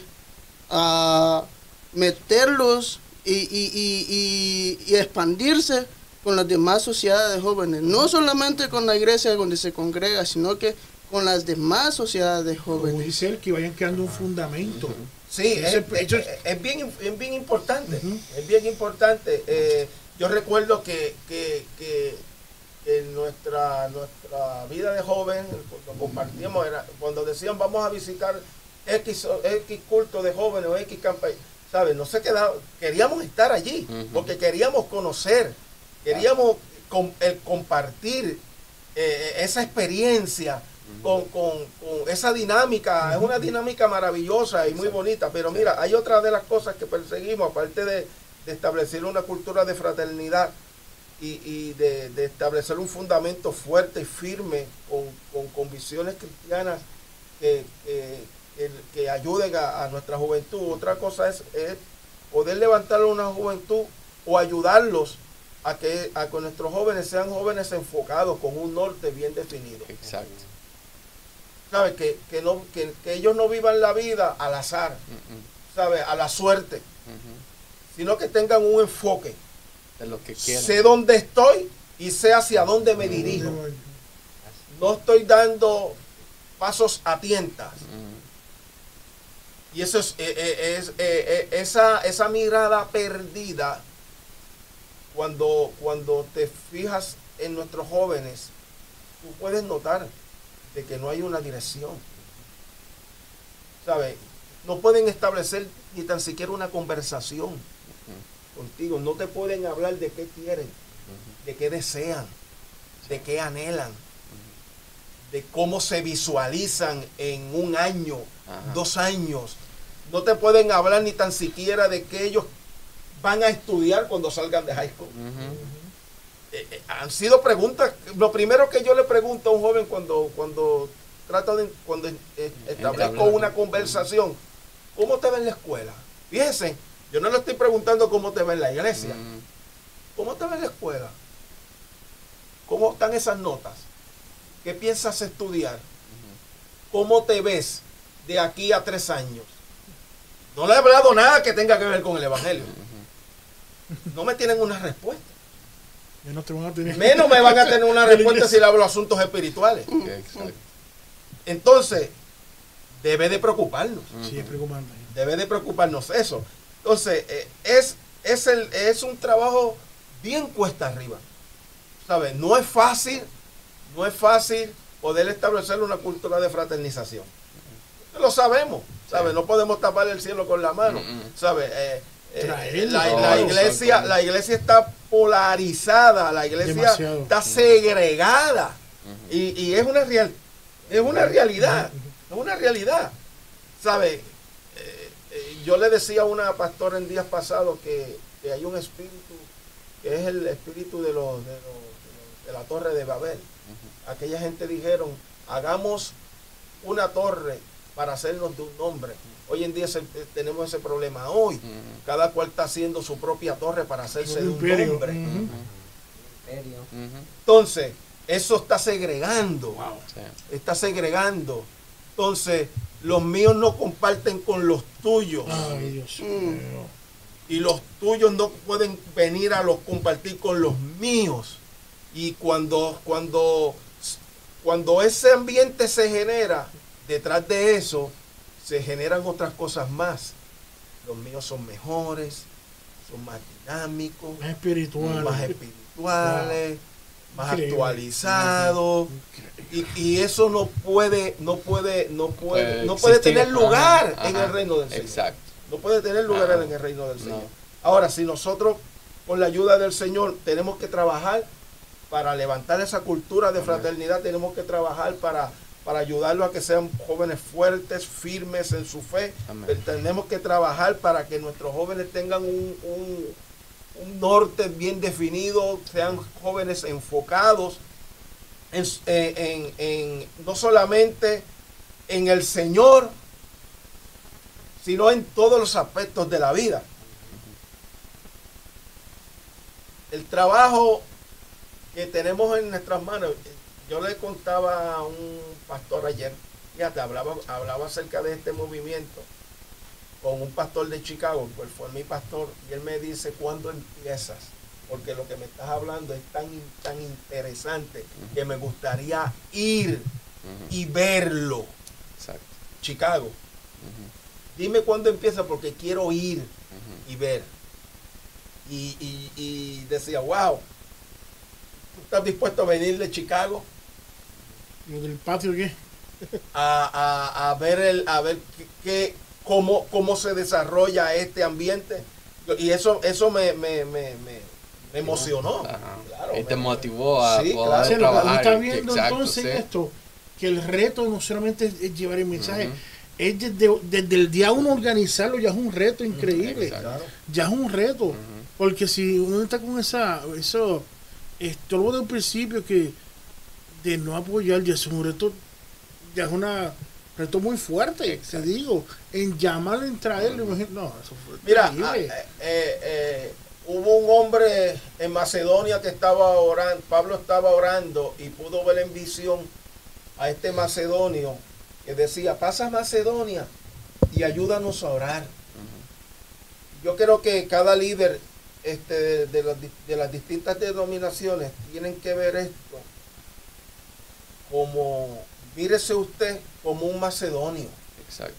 a meterlos y, y, y, y, y expandirse con las demás sociedades jóvenes. No solamente con la iglesia donde se congrega, sino que con las demás sociedades jóvenes. Como dice él, que vayan creando un fundamento. Sí, es, es, es, es, bien, es bien importante. Uh-huh. Es bien importante. Eh, yo recuerdo que, que, que en nuestra, nuestra vida de joven, cuando compartíamos, era, cuando decían vamos a visitar X, X culto de jóvenes o X campaña, ¿sabes? No se quedaba, queríamos estar allí, uh-huh. porque queríamos conocer, queríamos com, el compartir eh, esa experiencia uh-huh. con, con, con esa dinámica. Uh-huh. Es una dinámica maravillosa y muy bonita, pero mira, hay otra de las cosas que perseguimos, aparte de, de establecer una cultura de fraternidad, y, y de, de establecer un fundamento fuerte y firme con, con, con visiones cristianas que, que, que, que ayuden a, a nuestra juventud. Otra cosa es, es poder levantar una juventud o ayudarlos a que, a que nuestros jóvenes sean jóvenes enfocados con un norte bien definido. Exacto. ¿Sabes? Que, que, no, que, que ellos no vivan la vida al azar, uh-uh. ¿sabes? A la suerte, uh-huh. sino que tengan un enfoque. De lo que quieran. Sé dónde estoy y sé hacia dónde me dirijo. No estoy dando pasos a tientas. Y eso es, es, es, es, es esa, esa mirada perdida, cuando, cuando te fijas en nuestros jóvenes, tú puedes notar de que no hay una dirección. ¿Sabes? No pueden establecer ni tan siquiera una conversación uh-huh. contigo. No te pueden hablar de qué quieren, uh-huh. de qué desean, de qué anhelan, uh-huh. de cómo se visualizan en un año, uh-huh. dos años. No te pueden hablar ni tan siquiera de que ellos van a estudiar cuando salgan de high school. Uh-huh. Eh, eh, han sido preguntas. Lo primero que yo le pregunto a un joven cuando, cuando trato de, cuando eh, establezco una conversación, ¿cómo te va en la escuela? Fíjense, yo no le estoy preguntando cómo te va en la iglesia. Uh-huh. ¿Cómo te va en la escuela? ¿Cómo están esas notas? ¿Qué piensas estudiar? Uh-huh. ¿Cómo te ves de aquí a tres años? No le he hablado nada que tenga que ver con el evangelio. No me tienen una respuesta. No te van a tener. Menos me van a tener una respuesta si le hablo asuntos espirituales. Exacto. Entonces, debe de preocuparnos. Sí, es preocupante. Debe de preocuparnos eso. Entonces, eh, es, es, el, es un trabajo bien cuesta arriba. ¿Sabes? No es fácil, no es fácil poder establecer una cultura de fraternización. Lo sabemos. ¿Sabe? Sí. No podemos tapar el cielo con la mano. Mm-hmm. ¿Sabe? Eh, eh, la, la, iglesia, la iglesia está polarizada, la iglesia Demasiado. está segregada. Mm-hmm. y, y es una real, es una realidad. Mm-hmm. Es una realidad. ¿Sabe? Eh, eh, yo le decía a una pastora en días pasados que, que hay un espíritu que es el espíritu de, los, de, los, de, los, de la torre de Babel. Mm-hmm. Aquella gente dijeron, hagamos una torre para hacernos de un nombre. Hoy en día ese, tenemos ese problema. Hoy, uh-huh. cada cual está haciendo su propia torre para hacerse de un nombre. Uh-huh. Uh-huh. Entonces, eso está segregando. Wow. Está segregando. Entonces, los míos no comparten con los tuyos. Ay, Dios mm. Y los tuyos no pueden venir a los compartir con los míos. Y cuando, cuando, cuando ese ambiente se genera, detrás de eso se generan otras cosas más. Los míos son mejores, son más dinámicos, más espirituales, más, espirituales, wow. más actualizados. Y, y eso no puede, no puede, no puede, no puede tener lugar ajá, en ajá, el reino del Señor. Exacto. No puede tener lugar ajá. en el reino del Señor. No. Ahora, si nosotros, con la ayuda del Señor, tenemos que trabajar para levantar esa cultura de fraternidad, tenemos que trabajar para para ayudarlos a que sean jóvenes fuertes, firmes en su fe. Amén. Tenemos que trabajar para que nuestros jóvenes tengan un, un, un norte bien definido, sean jóvenes enfocados en, en, en, no solamente en el Señor, sino en todos los aspectos de la vida. El trabajo que tenemos en nuestras manos. Yo le contaba a un pastor ayer, fíjate, hablaba, hablaba acerca de este movimiento con un pastor de Chicago, pues fue mi pastor, y él me dice, ¿cuándo empiezas? Porque lo que me estás hablando es tan, tan interesante uh-huh. que me gustaría ir uh-huh. y verlo. Exacto. Chicago. Uh-huh. Dime cuándo empieza porque quiero ir uh-huh. y ver. Y, y, y decía, wow, ¿tú estás dispuesto a venir de Chicago? ¿Lo del patio qué? A, a, a ver el a ver qué, qué, cómo, cómo se desarrolla este ambiente. Y eso eso me, me, me, me, me emocionó. Claro, y te me, motivó a sí, poder claro. trabajar. Está viendo exacto, entonces sí. esto, que el reto no solamente es, es llevar el mensaje, uh-huh. es desde, desde el día uno organizarlo, ya es un reto increíble. Uh-huh. Ya es un reto. Uh-huh. Porque si uno está con esa, eso, esto luego de un principio que de no apoyar, ya es un reto, ya es un reto muy fuerte, exacto. Te digo, en llamarlo, en traerlo, uh-huh. no, eso fue mira, eh, eh, eh, hubo un hombre en Macedonia que estaba orando, Pablo estaba orando y pudo ver en visión a este macedonio que decía, pasa a Macedonia y ayúdanos a orar. Uh-huh. Yo creo que cada líder este, de, de, las, de las distintas denominaciones tienen que ver esto como mírese usted como un macedonio. Exacto.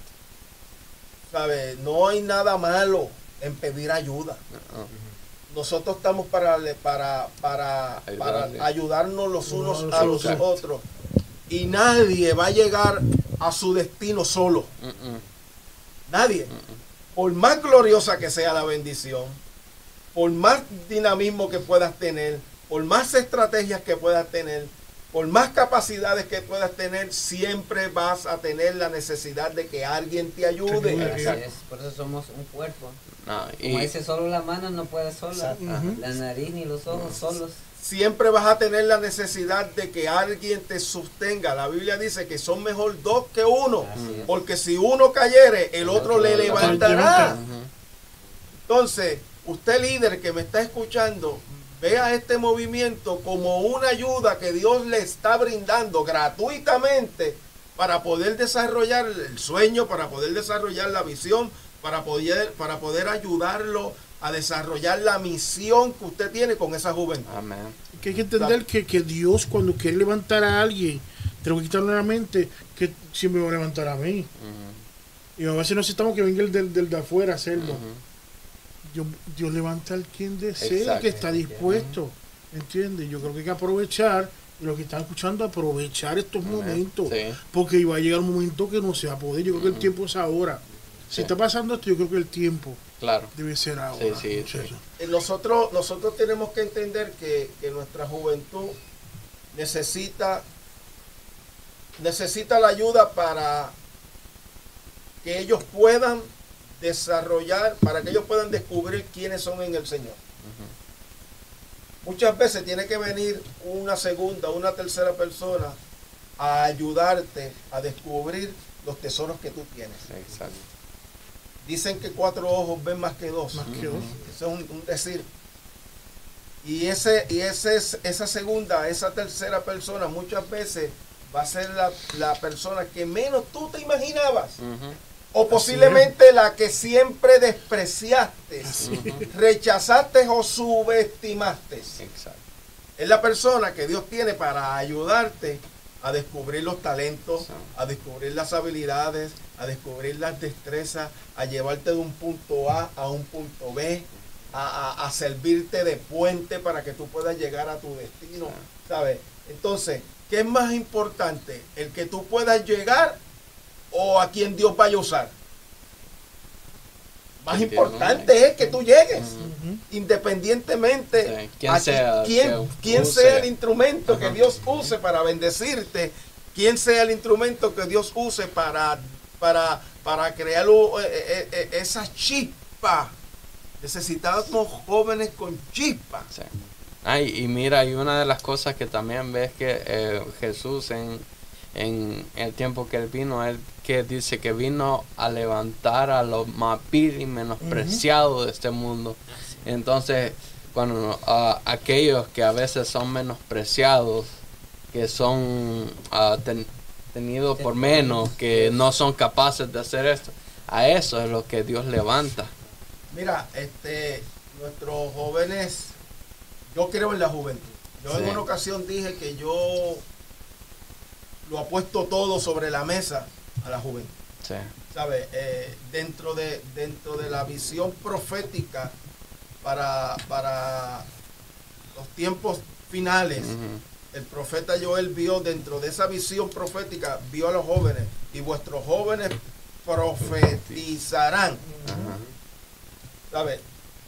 ¿Sabe? No hay nada malo en pedir ayuda. Uh-huh. Nosotros estamos para, para, para, para ayudarnos los unos no, a los exacto. otros. Y nadie va a llegar a su destino solo. Uh-uh. Nadie. Uh-uh. Por más gloriosa que sea la bendición, por más dinamismo que puedas tener, por más estrategias que puedas tener, por más capacidades que puedas tener, siempre vas a tener la necesidad de que alguien te ayude. Así es, por eso somos un cuerpo. No, y como dice, solo la mano no puede sola, uh-huh. la nariz ni los ojos uh-huh. solos. Siempre vas a tener la necesidad de que alguien te sostenga. La Biblia dice que son mejor dos que uno, porque si uno cayere, el, el otro, otro le levantará. Uh-huh. Entonces, usted líder que me está escuchando, vea este movimiento como una ayuda que Dios le está brindando gratuitamente para poder desarrollar el sueño, para poder desarrollar la visión, para poder, para poder ayudarlo a desarrollar la misión que usted tiene con esa juventud. Amén. Que hay que entender que, que Dios, cuando quiere levantar a alguien, tengo que quitarle la mente que siempre va a levantar a mí. Uh-huh. Y a veces necesitamos que venga el del, del de afuera a hacerlo. Uh-huh. Dios, Dios levanta al quien desea, exacto, que está dispuesto, ¿entiendes? Yo creo que hay que aprovechar, y los que están escuchando, aprovechar estos Amén. momentos, sí. porque va a llegar un momento que no se va a poder. Yo creo uh-huh. que el tiempo es ahora. Si sí. está pasando esto, yo creo que el tiempo claro. debe ser ahora. Sí, sí, sí. Nosotros, nosotros tenemos que entender que, que nuestra juventud necesita, necesita la ayuda para que ellos puedan desarrollar, para que ellos puedan descubrir quiénes son en el Señor. Uh-huh. Muchas veces tiene que venir una segunda, una tercera persona a ayudarte a descubrir los tesoros que tú tienes. Exacto. Dicen que cuatro ojos ven más que dos. Más que dos. Eso es un, un decir. Y ese, y ese es, esa segunda, esa tercera persona muchas veces va a ser la, la persona que menos tú te imaginabas. Uh-huh. O posiblemente la que siempre despreciaste, uh-huh. rechazaste o subestimaste. Exacto. Es la persona que Dios tiene para ayudarte a descubrir los talentos, sí. a descubrir las habilidades, a descubrir las destrezas, a llevarte de un punto A a un punto B, a, a, a servirte de puente para que tú puedas llegar a tu destino, sí. ¿sabes? Entonces, ¿qué es más importante? ¿El que tú puedas llegar o a quien Dios vaya a usar? Más importante es que tú llegues, uh-huh. independientemente sí. ¿Quién sea, a quién, quién sea el instrumento uh-huh. que Dios use para bendecirte, quién sea el instrumento que Dios use para, para, para crear eh, eh, esa chispa. Necesitamos jóvenes con chispa. Sí. Ay, y mira, y una de las cosas que también ves que eh, Jesús en en el tiempo que él vino, él que dice que vino a levantar a los más vil y menospreciados uh-huh. de este mundo. Entonces, cuando uh, aquellos que a veces son menospreciados, que son uh, ten, tenidos por menos, que no son capaces de hacer esto, a eso es lo que Dios levanta. Mira, este, nuestros jóvenes, yo creo en la juventud. Yo sí. en una ocasión dije que yo lo ha puesto todo sobre la mesa a la juventud. Sí. ¿Sabe? Eh, dentro de dentro de la visión profética para, para los tiempos finales, uh-huh. el profeta Joel vio dentro de esa visión profética, vio a los jóvenes, y vuestros jóvenes profetizarán. Uh-huh. ¿Sabe?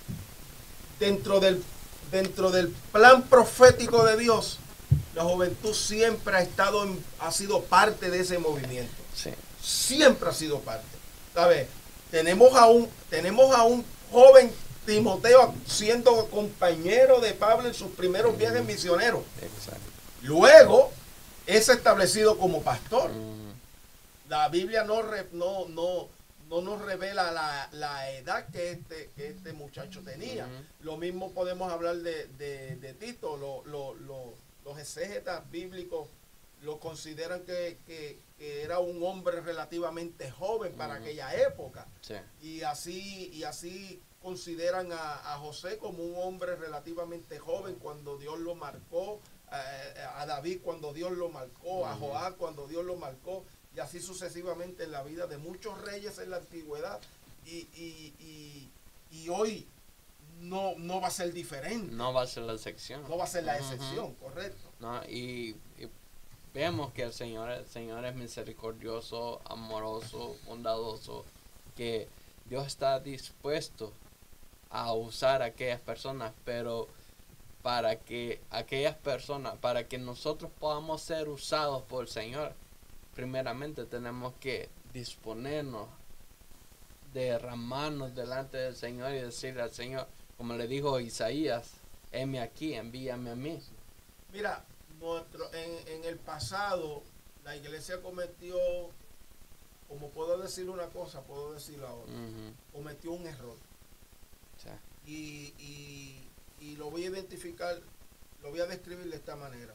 Dentro del, dentro del plan profético de Dios, la juventud siempre ha estado en, ha sido parte de ese movimiento. Sí. Siempre ha sido parte. ¿Sabes? Tenemos a un, tenemos a un joven Timoteo siendo compañero de Pablo en sus primeros viajes misioneros. Exacto. Luego es establecido como pastor. Mm. La Biblia no, re, no, no, no nos revela la, la edad que este, que este muchacho tenía. Mm. Lo mismo podemos hablar de, de, de Tito. Lo, lo, lo, los exégetas bíblicos lo consideran que, que, que era un hombre relativamente joven para mm. aquella época. Sí. Y así, y así consideran a, a José como un hombre relativamente joven cuando Dios lo marcó a, a David cuando Dios lo marcó, a Joab cuando Dios lo marcó, y así sucesivamente en la vida de muchos reyes en la antigüedad, y, y, y, y hoy no, no va a ser diferente. No va a ser la excepción. No va a ser la excepción, uh-huh. correcto. No, y, y vemos que el Señor, el Señor es misericordioso, amoroso, bondadoso, que Dios está dispuesto a usar a aquellas personas, pero para que aquellas personas, para que nosotros podamos ser usados por el Señor, primeramente tenemos que disponernos, derramarnos delante del Señor y decirle al Señor, como le dijo Isaías, heme aquí, envíame a mí. Mira, nuestro, en, en el pasado la iglesia cometió, como puedo decir una cosa, puedo decir la otra, uh-huh. cometió un error. Sí. Y, y, y lo voy a identificar, lo voy a describir de esta manera.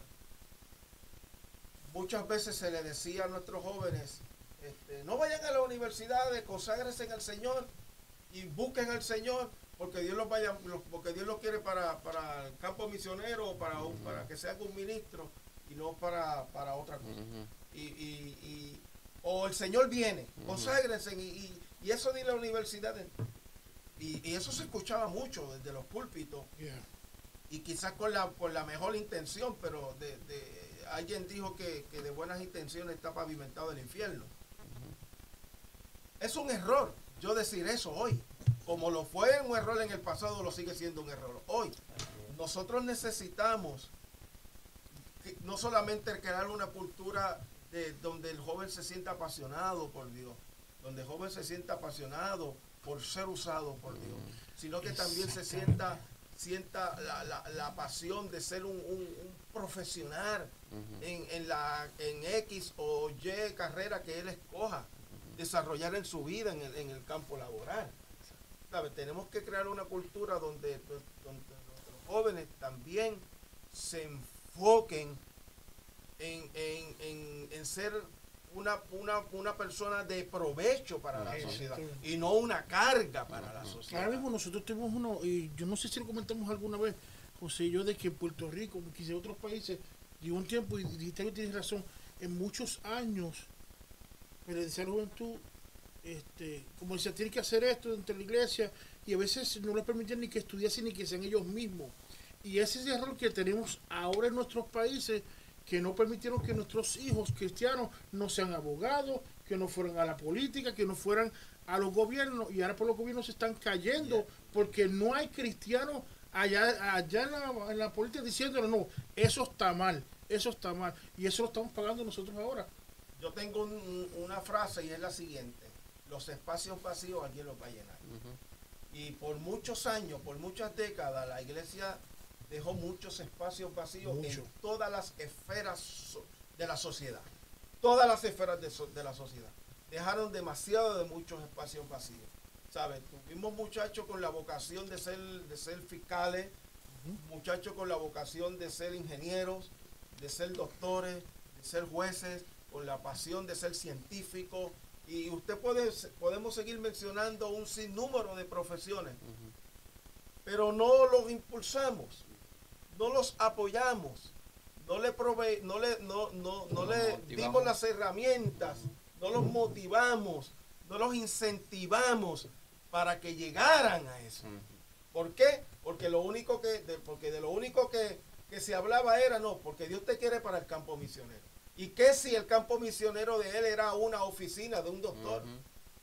Muchas veces se le decía a nuestros jóvenes, este, no vayan a la universidad, conságrense en el Señor y busquen al Señor, porque Dios los vaya, porque Dios los quiere para, para el campo misionero o para, uh-huh. para que sean un ministro y no para, para otra cosa. Uh-huh. Y, y, y, o el Señor viene, uh-huh. conságrense y, y, y eso de la universidad. Y, y eso se escuchaba mucho desde los púlpitos. Yeah. Y quizás con la, con la mejor intención, pero de, de, alguien dijo que, que de buenas intenciones está pavimentado el infierno. Uh-huh. Es un error yo decir eso hoy. Como lo fue un error en el pasado, lo sigue siendo un error hoy. Nosotros necesitamos que, no solamente crear una cultura de, donde el joven se sienta apasionado por Dios, donde el joven se sienta apasionado por ser usado por Dios, sino que también se sienta, sienta la, la, la pasión de ser un, un, un profesional uh-huh. en, en, la, en X o Y carrera que él escoja, uh-huh. desarrollar en su vida en el, en el campo laboral. ¿Sabe? Tenemos que crear una cultura donde, donde nuestros jóvenes también se enfoquen en, en, en, en ser una, una, una persona de provecho para la sociedad y no una carga para la sociedad. Ahora mismo nosotros tenemos uno, y yo no sé si lo comentamos alguna vez, José y yo, de que en Puerto Rico, quizás en otros países, llegó un tiempo, y dijiste que tienes razón, en muchos años, pero de la juventud, este, como decía, tienen que hacer esto dentro de la iglesia, y a veces no les permiten ni que estudiasen ni que sean ellos mismos. Y ese es el error que tenemos ahora en nuestros países, que no permitieron que nuestros hijos cristianos no sean abogados, que no fueran a la política, que no fueran a los gobiernos, y ahora por los gobiernos se están cayendo, yeah. porque no hay cristianos allá, allá en, la, en la política diciéndole, no, eso está mal, eso está mal, y eso lo estamos pagando nosotros ahora. Yo tengo un, una frase y es la siguiente: los espacios vacíos alguien los va a llenar. Uh-huh. Y por muchos años, por muchas décadas, la iglesia dejó muchos espacios vacíos Mucho. en todas las esferas de la sociedad. Todas las esferas de, so, de la sociedad. Dejaron demasiado de muchos espacios vacíos. ¿Sabes? Tuvimos muchachos con la vocación de ser, de ser fiscales, uh-huh. muchachos con la vocación de ser ingenieros, de ser doctores, de ser jueces, con la pasión de ser científicos. Y usted puede, podemos seguir mencionando un sinnúmero de profesiones, uh-huh. pero no los impulsamos. No los apoyamos, no le prove, no le, no, no, no le dimos las herramientas, no los motivamos, no los incentivamos para que llegaran a eso. ¿Por qué? Porque lo único que, de, porque de lo único que, que se hablaba era no, porque Dios te quiere para el campo misionero. ¿Y qué si el campo misionero de él era una oficina de un doctor? Uh-huh.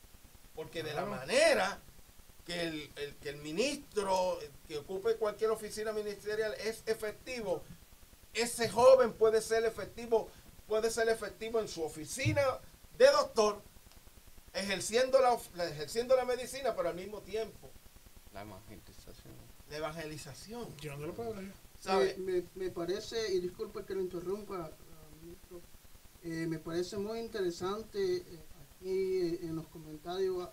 Porque de la manera que el, el, que el ministro que ocupe cualquier oficina ministerial es efectivo, ese joven puede ser efectivo, puede ser efectivo en su oficina de doctor, ejerciendo la, ejerciendo la medicina, pero al mismo tiempo la evangelización. La evangelización. Yo no lo puedo ver. ¿Sabe? Me, me, me parece, y disculpe que lo interrumpa, ministro, eh, me parece muy interesante eh, aquí eh, en los comentarios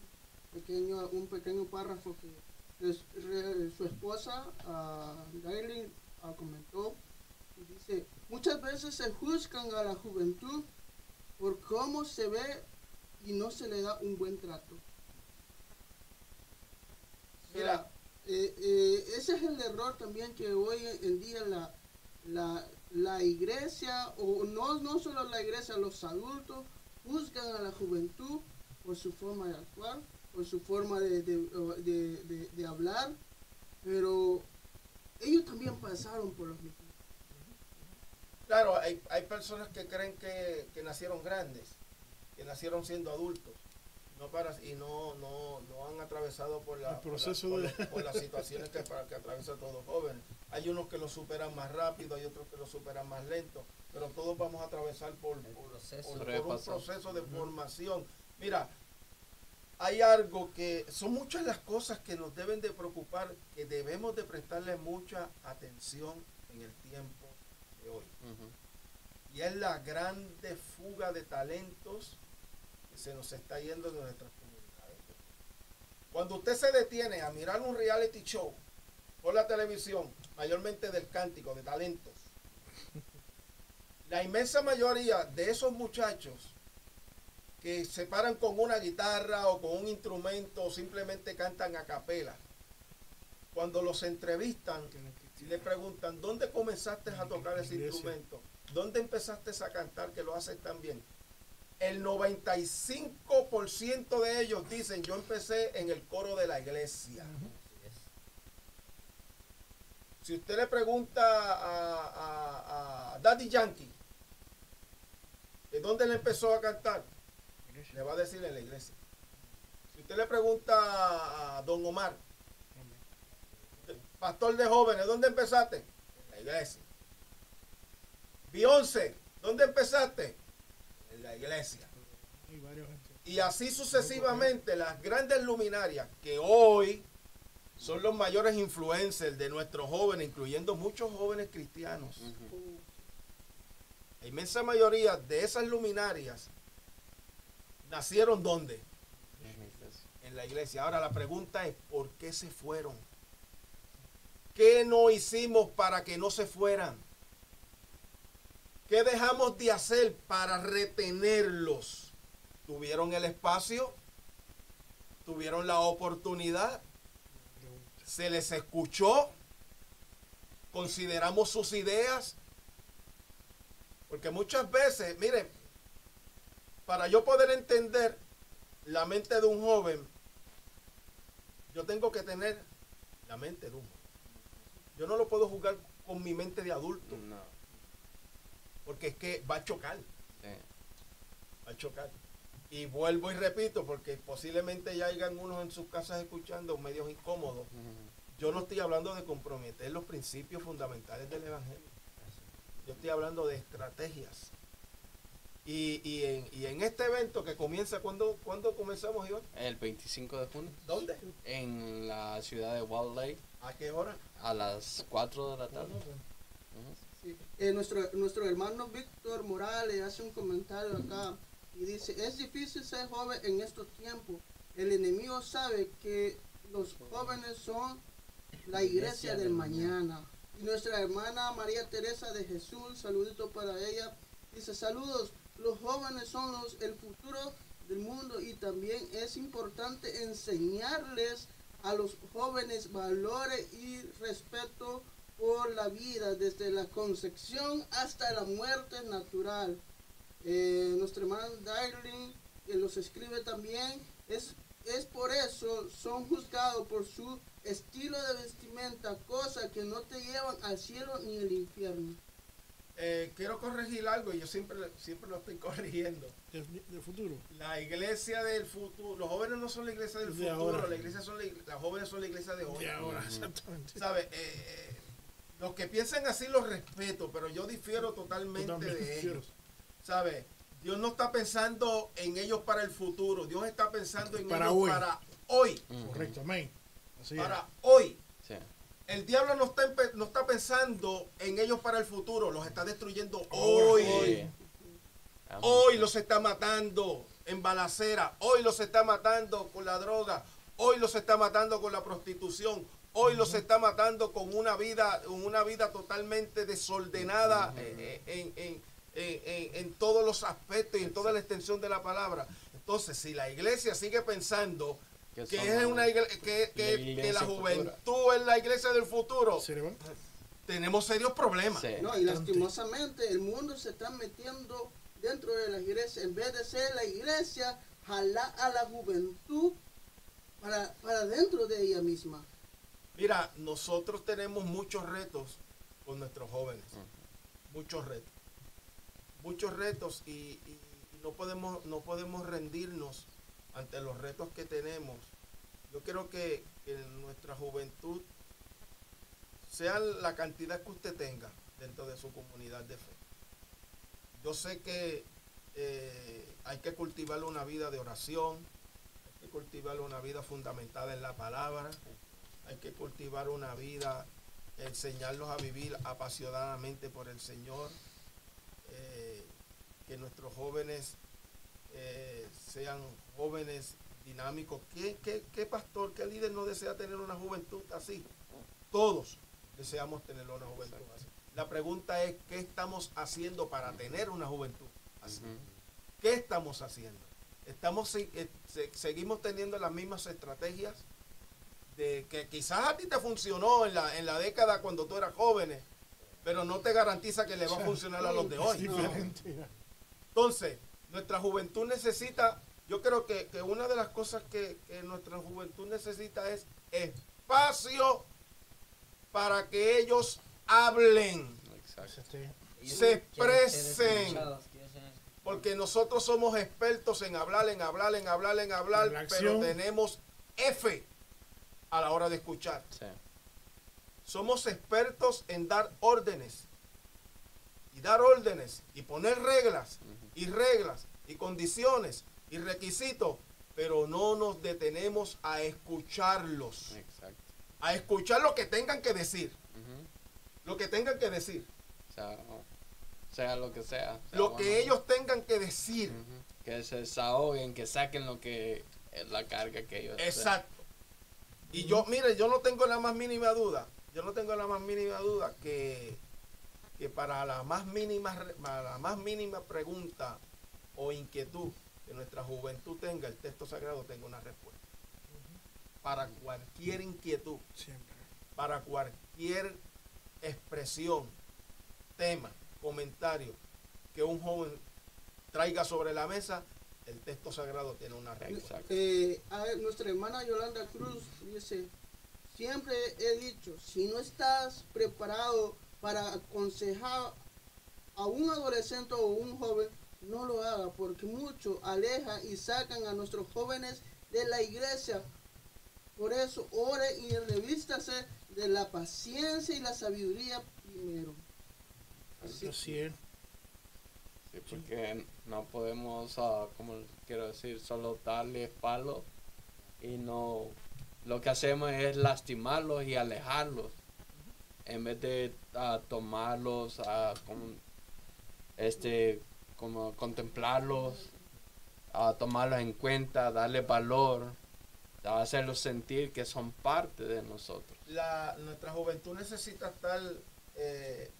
pequeño un pequeño párrafo que es, re, su esposa uh, Daily uh, comentó y dice: muchas veces se juzgan a la juventud por cómo se ve y no se le da un buen trato. Mira, eh, eh, ese es el error también que hoy en día la, La, la iglesia, o no, no solo la iglesia, los adultos juzgan a la juventud por su forma de actuar, por su forma de, de, de, de, de hablar, pero ellos también pasaron por los mismos. Claro, hay, hay personas que creen que, que nacieron grandes, que nacieron siendo adultos, no para, y no, no, no han atravesado por, la, por, la, por, de... la, por las situaciones que, para, que atraviesan todos jóvenes. Hay unos que lo superan más rápido, hay otros que lo superan más lento, pero todos vamos a atravesar por, por, proceso. por, por un proceso de formación. Mira, hay algo que, son muchas las cosas que nos deben de preocupar, que debemos de prestarle mucha atención en el tiempo de hoy. Uh-huh. Y es la grande fuga de talentos que se nos está yendo de nuestras comunidades. Cuando usted se detiene a mirar un reality show por la televisión, mayormente del cántico, de talentos, la inmensa mayoría de esos muchachos que se paran con una guitarra o con un instrumento o simplemente cantan a capela, cuando los entrevistan y le preguntan, ¿dónde comenzaste a tocar ese instrumento? ¿Dónde empezaste a cantar que lo haces tan bien? El noventa y cinco por ciento de ellos dicen, yo empecé en el coro de la iglesia. Si usted le pregunta a, a, a Daddy Yankee, ¿de dónde le empezó a cantar? Le va a decir en la iglesia. Si usted le pregunta a Don Omar, pastor de jóvenes, ¿dónde empezaste? En la iglesia. Beyoncé, ¿dónde empezaste? En la iglesia. Y así sucesivamente, las grandes luminarias que hoy son los mayores influencers de nuestros jóvenes, incluyendo muchos jóvenes cristianos. Uh-huh. La inmensa mayoría de esas luminarias nacieron ¿dónde? En la iglesia. Ahora la pregunta es, ¿por qué se fueron? ¿Qué no hicimos para que no se fueran? ¿Qué dejamos de hacer para retenerlos? ¿Tuvieron el espacio? ¿Tuvieron la oportunidad? ¿Se les escuchó? ¿Consideramos sus ideas? Porque muchas veces, miren, para yo poder entender la mente de un joven, yo tengo que tener la mente de un joven. Yo no lo puedo jugar con mi mente de adulto. No. Porque es que va a chocar. Sí. Va a chocar. Y vuelvo y repito, porque posiblemente ya hayan unos en sus casas escuchando medios incómodos. Uh-huh. Yo no estoy hablando de comprometer los principios fundamentales del evangelio. Yo estoy hablando de estrategias. Y, y, en, y en este evento que comienza, ¿cuándo, ¿cuándo comenzamos, Iván? El veinticinco de junio. ¿Dónde? En la ciudad de Walled Lake. ¿A qué hora? A las cuatro de la tarde. Uh-huh. Sí. Eh, nuestro, nuestro hermano Víctor Morales hace un comentario acá y dice, es difícil ser joven en estos tiempos. El enemigo sabe que los jóvenes son la iglesia del mañana. Y nuestra hermana María Teresa de Jesús, saludito para ella, dice, saludos, los jóvenes son los, el futuro del mundo y también es importante enseñarles a los jóvenes valores y respeto por la vida, desde la concepción hasta la muerte natural. Eh, nuestra hermana Darling, que los escribe también, es, es por eso son juzgados por su estilo de vestimenta, cosas que no te llevan al cielo ni al infierno. Eh, quiero corregir algo y yo siempre, siempre lo estoy corrigiendo. ¿Del, del futuro? La iglesia del futuro. Los jóvenes no son la iglesia del de futuro, la iglesia son la, las jóvenes son la iglesia de hoy. De ahora, exactamente. ¿Sabe? Eh, eh, los que piensan así los respeto, pero yo difiero totalmente, totalmente de ellos. ¿Sabe? Dios no está pensando en ellos para el futuro, Dios está pensando en para ellos hoy. para hoy. Correcto, amén. Así para es. hoy. Sí. El diablo no está, no está pensando en ellos para el futuro, los está destruyendo hoy. Hoy, hoy los está matando en balacera, hoy los está matando con la droga, hoy los está matando con la prostitución, hoy los está matando con una vida, una vida totalmente desordenada eh, en, en, en, en, en todos los aspectos y en toda la extensión de la palabra. Entonces, si la iglesia sigue pensando que, que es una iglesia, que, que, la, que la juventud futuro. es la iglesia del futuro, tenemos serios problemas. Sí. No, y lastimosamente el mundo se está metiendo dentro de la iglesia. En vez de ser la iglesia, jalar a la juventud para, para dentro de ella misma. Mira, nosotros tenemos muchos retos con nuestros jóvenes. Uh-huh. Muchos retos. Muchos retos y, y, y no podemos, no podemos rendirnos ante los retos que tenemos. Yo creo que, que nuestra juventud, sea la cantidad que usted tenga dentro de su comunidad de fe. Yo sé que eh, hay que cultivar una vida de oración, hay que cultivar una vida fundamentada en la palabra, hay que cultivar una vida, enseñarlos a vivir apasionadamente por el Señor, eh, que nuestros jóvenes eh, sean jóvenes dinámicos. ¿Qué, qué, qué pastor, qué líder no desea tener una juventud así? Todos deseamos tener una juventud así. La pregunta es, ¿qué estamos haciendo para tener una juventud así? Uh-huh. ¿Qué estamos haciendo? Estamos, eh, se, seguimos teniendo las mismas estrategias de que quizás a ti te funcionó en la, en la década cuando tú eras joven, pero no te garantiza que le va a funcionar a los de hoy. No. Entonces, nuestra juventud necesita, yo creo que, que una de las cosas que, que nuestra juventud necesita es espacio para que ellos hablen. Exacto. Se expresen. Porque nosotros somos expertos en hablar, en hablar, en hablar, en hablar, pero tenemos F a la hora de escuchar. Sí. Somos expertos en dar órdenes. Y dar órdenes. Y poner reglas. Uh-huh. Y reglas. Y condiciones. Y requisitos. Pero no nos detenemos a escucharlos. Exacto. A escuchar lo que tengan que decir. Uh-huh. Lo que tengan que decir. O sea, sea lo que sea. sea lo bueno, que ellos tengan que decir. Uh-huh. Que se desahoguen, que saquen lo que es la carga que ellos. Exacto. Y yo, mire, yo no tengo la más mínima duda, yo no tengo la más mínima duda que, que para la más mínima, para la más mínima pregunta o inquietud que nuestra juventud tenga, el texto sagrado tenga una respuesta. Uh-huh. Para cualquier inquietud, siempre, para cualquier expresión, tema, comentario que un joven traiga sobre la mesa, el texto sagrado tiene una respuesta. Eh, a ver, nuestra hermana Yolanda Cruz dice, siempre he dicho, si no estás preparado para aconsejar a un adolescente o un joven, no lo haga, porque muchos alejan y sacan a nuestros jóvenes de la iglesia. Por eso, ore y revístase de la paciencia y la sabiduría primero. Así, Así es. Sí, porque no podemos, uh, como quiero decir, solo darles palos y no, lo que hacemos es lastimarlos y alejarlos en vez de uh, tomarlos, uh, como, este, como contemplarlos, uh, tomarlos en cuenta, darles valor, uh, hacerlos sentir que son parte de nosotros. La, nuestra juventud necesita estar eh,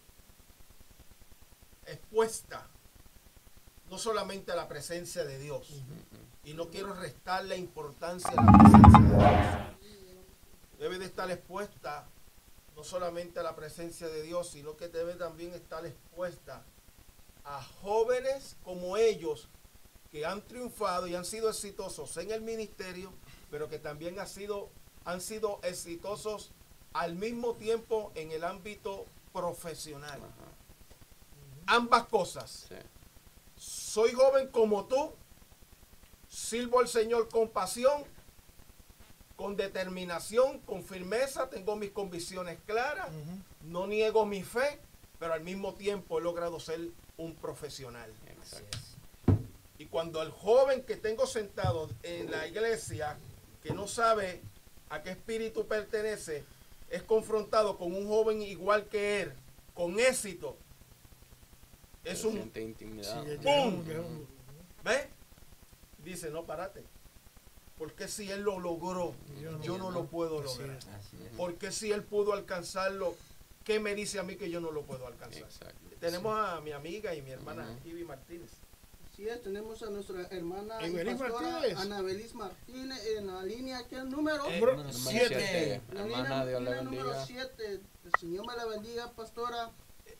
expuesta no solamente a la presencia de Dios, uh-huh. y no quiero restarle importancia a la presencia de Dios, debe de estar expuesta no solamente a la presencia de Dios, sino que debe también estar expuesta a jóvenes como ellos que han triunfado y han sido exitosos en el ministerio, pero que también han sido, han sido exitosos al mismo tiempo en el ámbito profesional. Uh-huh. Ambas cosas. Sí. Soy joven como tú, sirvo al Señor con pasión, con determinación, con firmeza, tengo mis convicciones claras, uh-huh. no niego mi fe, pero al mismo tiempo he logrado ser un profesional. Exacto. Y cuando el joven que tengo sentado en la iglesia, que no sabe a qué espíritu pertenece, es confrontado con un joven igual que él, con éxito, es un intimidad. ¡Pum! ¿Ve? Dice, no, párate. Porque si él lo logró, yo, yo no, no lo puedo lograr. Porque si él pudo alcanzarlo, ¿qué me dice a mí que yo no lo puedo alcanzar? Exacto. Tenemos sí. a mi amiga y mi hermana uh-huh. Ivy Martínez. Así es, tenemos a nuestra hermana y pastora Ana Belis Martínez en la línea, ¿qué número? siete. Hermana, Dios la bendiga. Número siete. El Señor me la bendiga, pastora.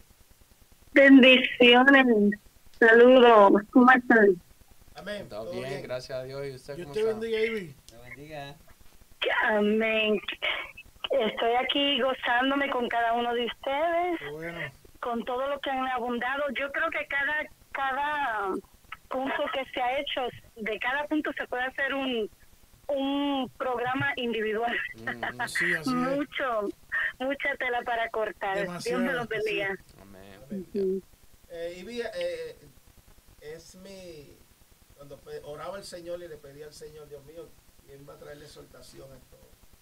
Bendiciones. Saludos. ¿Cómo están? Amén. Todo bien, bien, gracias a Dios. ¿Y usted Dios cómo te está? bendiga, Ivy. Te bendiga. Amén. Estoy aquí gozándome con cada uno de ustedes, bueno. con todo lo que han abundado. Yo creo que cada cada punto que se ha hecho, de cada punto se puede hacer un un programa individual. Mm, sí, así Mucho, es. mucha tela para cortar. Demasiado, Dios me los bendiga. Amén. Uh-huh. eh, Ivy, eh, es mi... Cuando oraba al Señor y le pedía al Señor, Dios mío, ¿quién va a traerle exhortación a estos,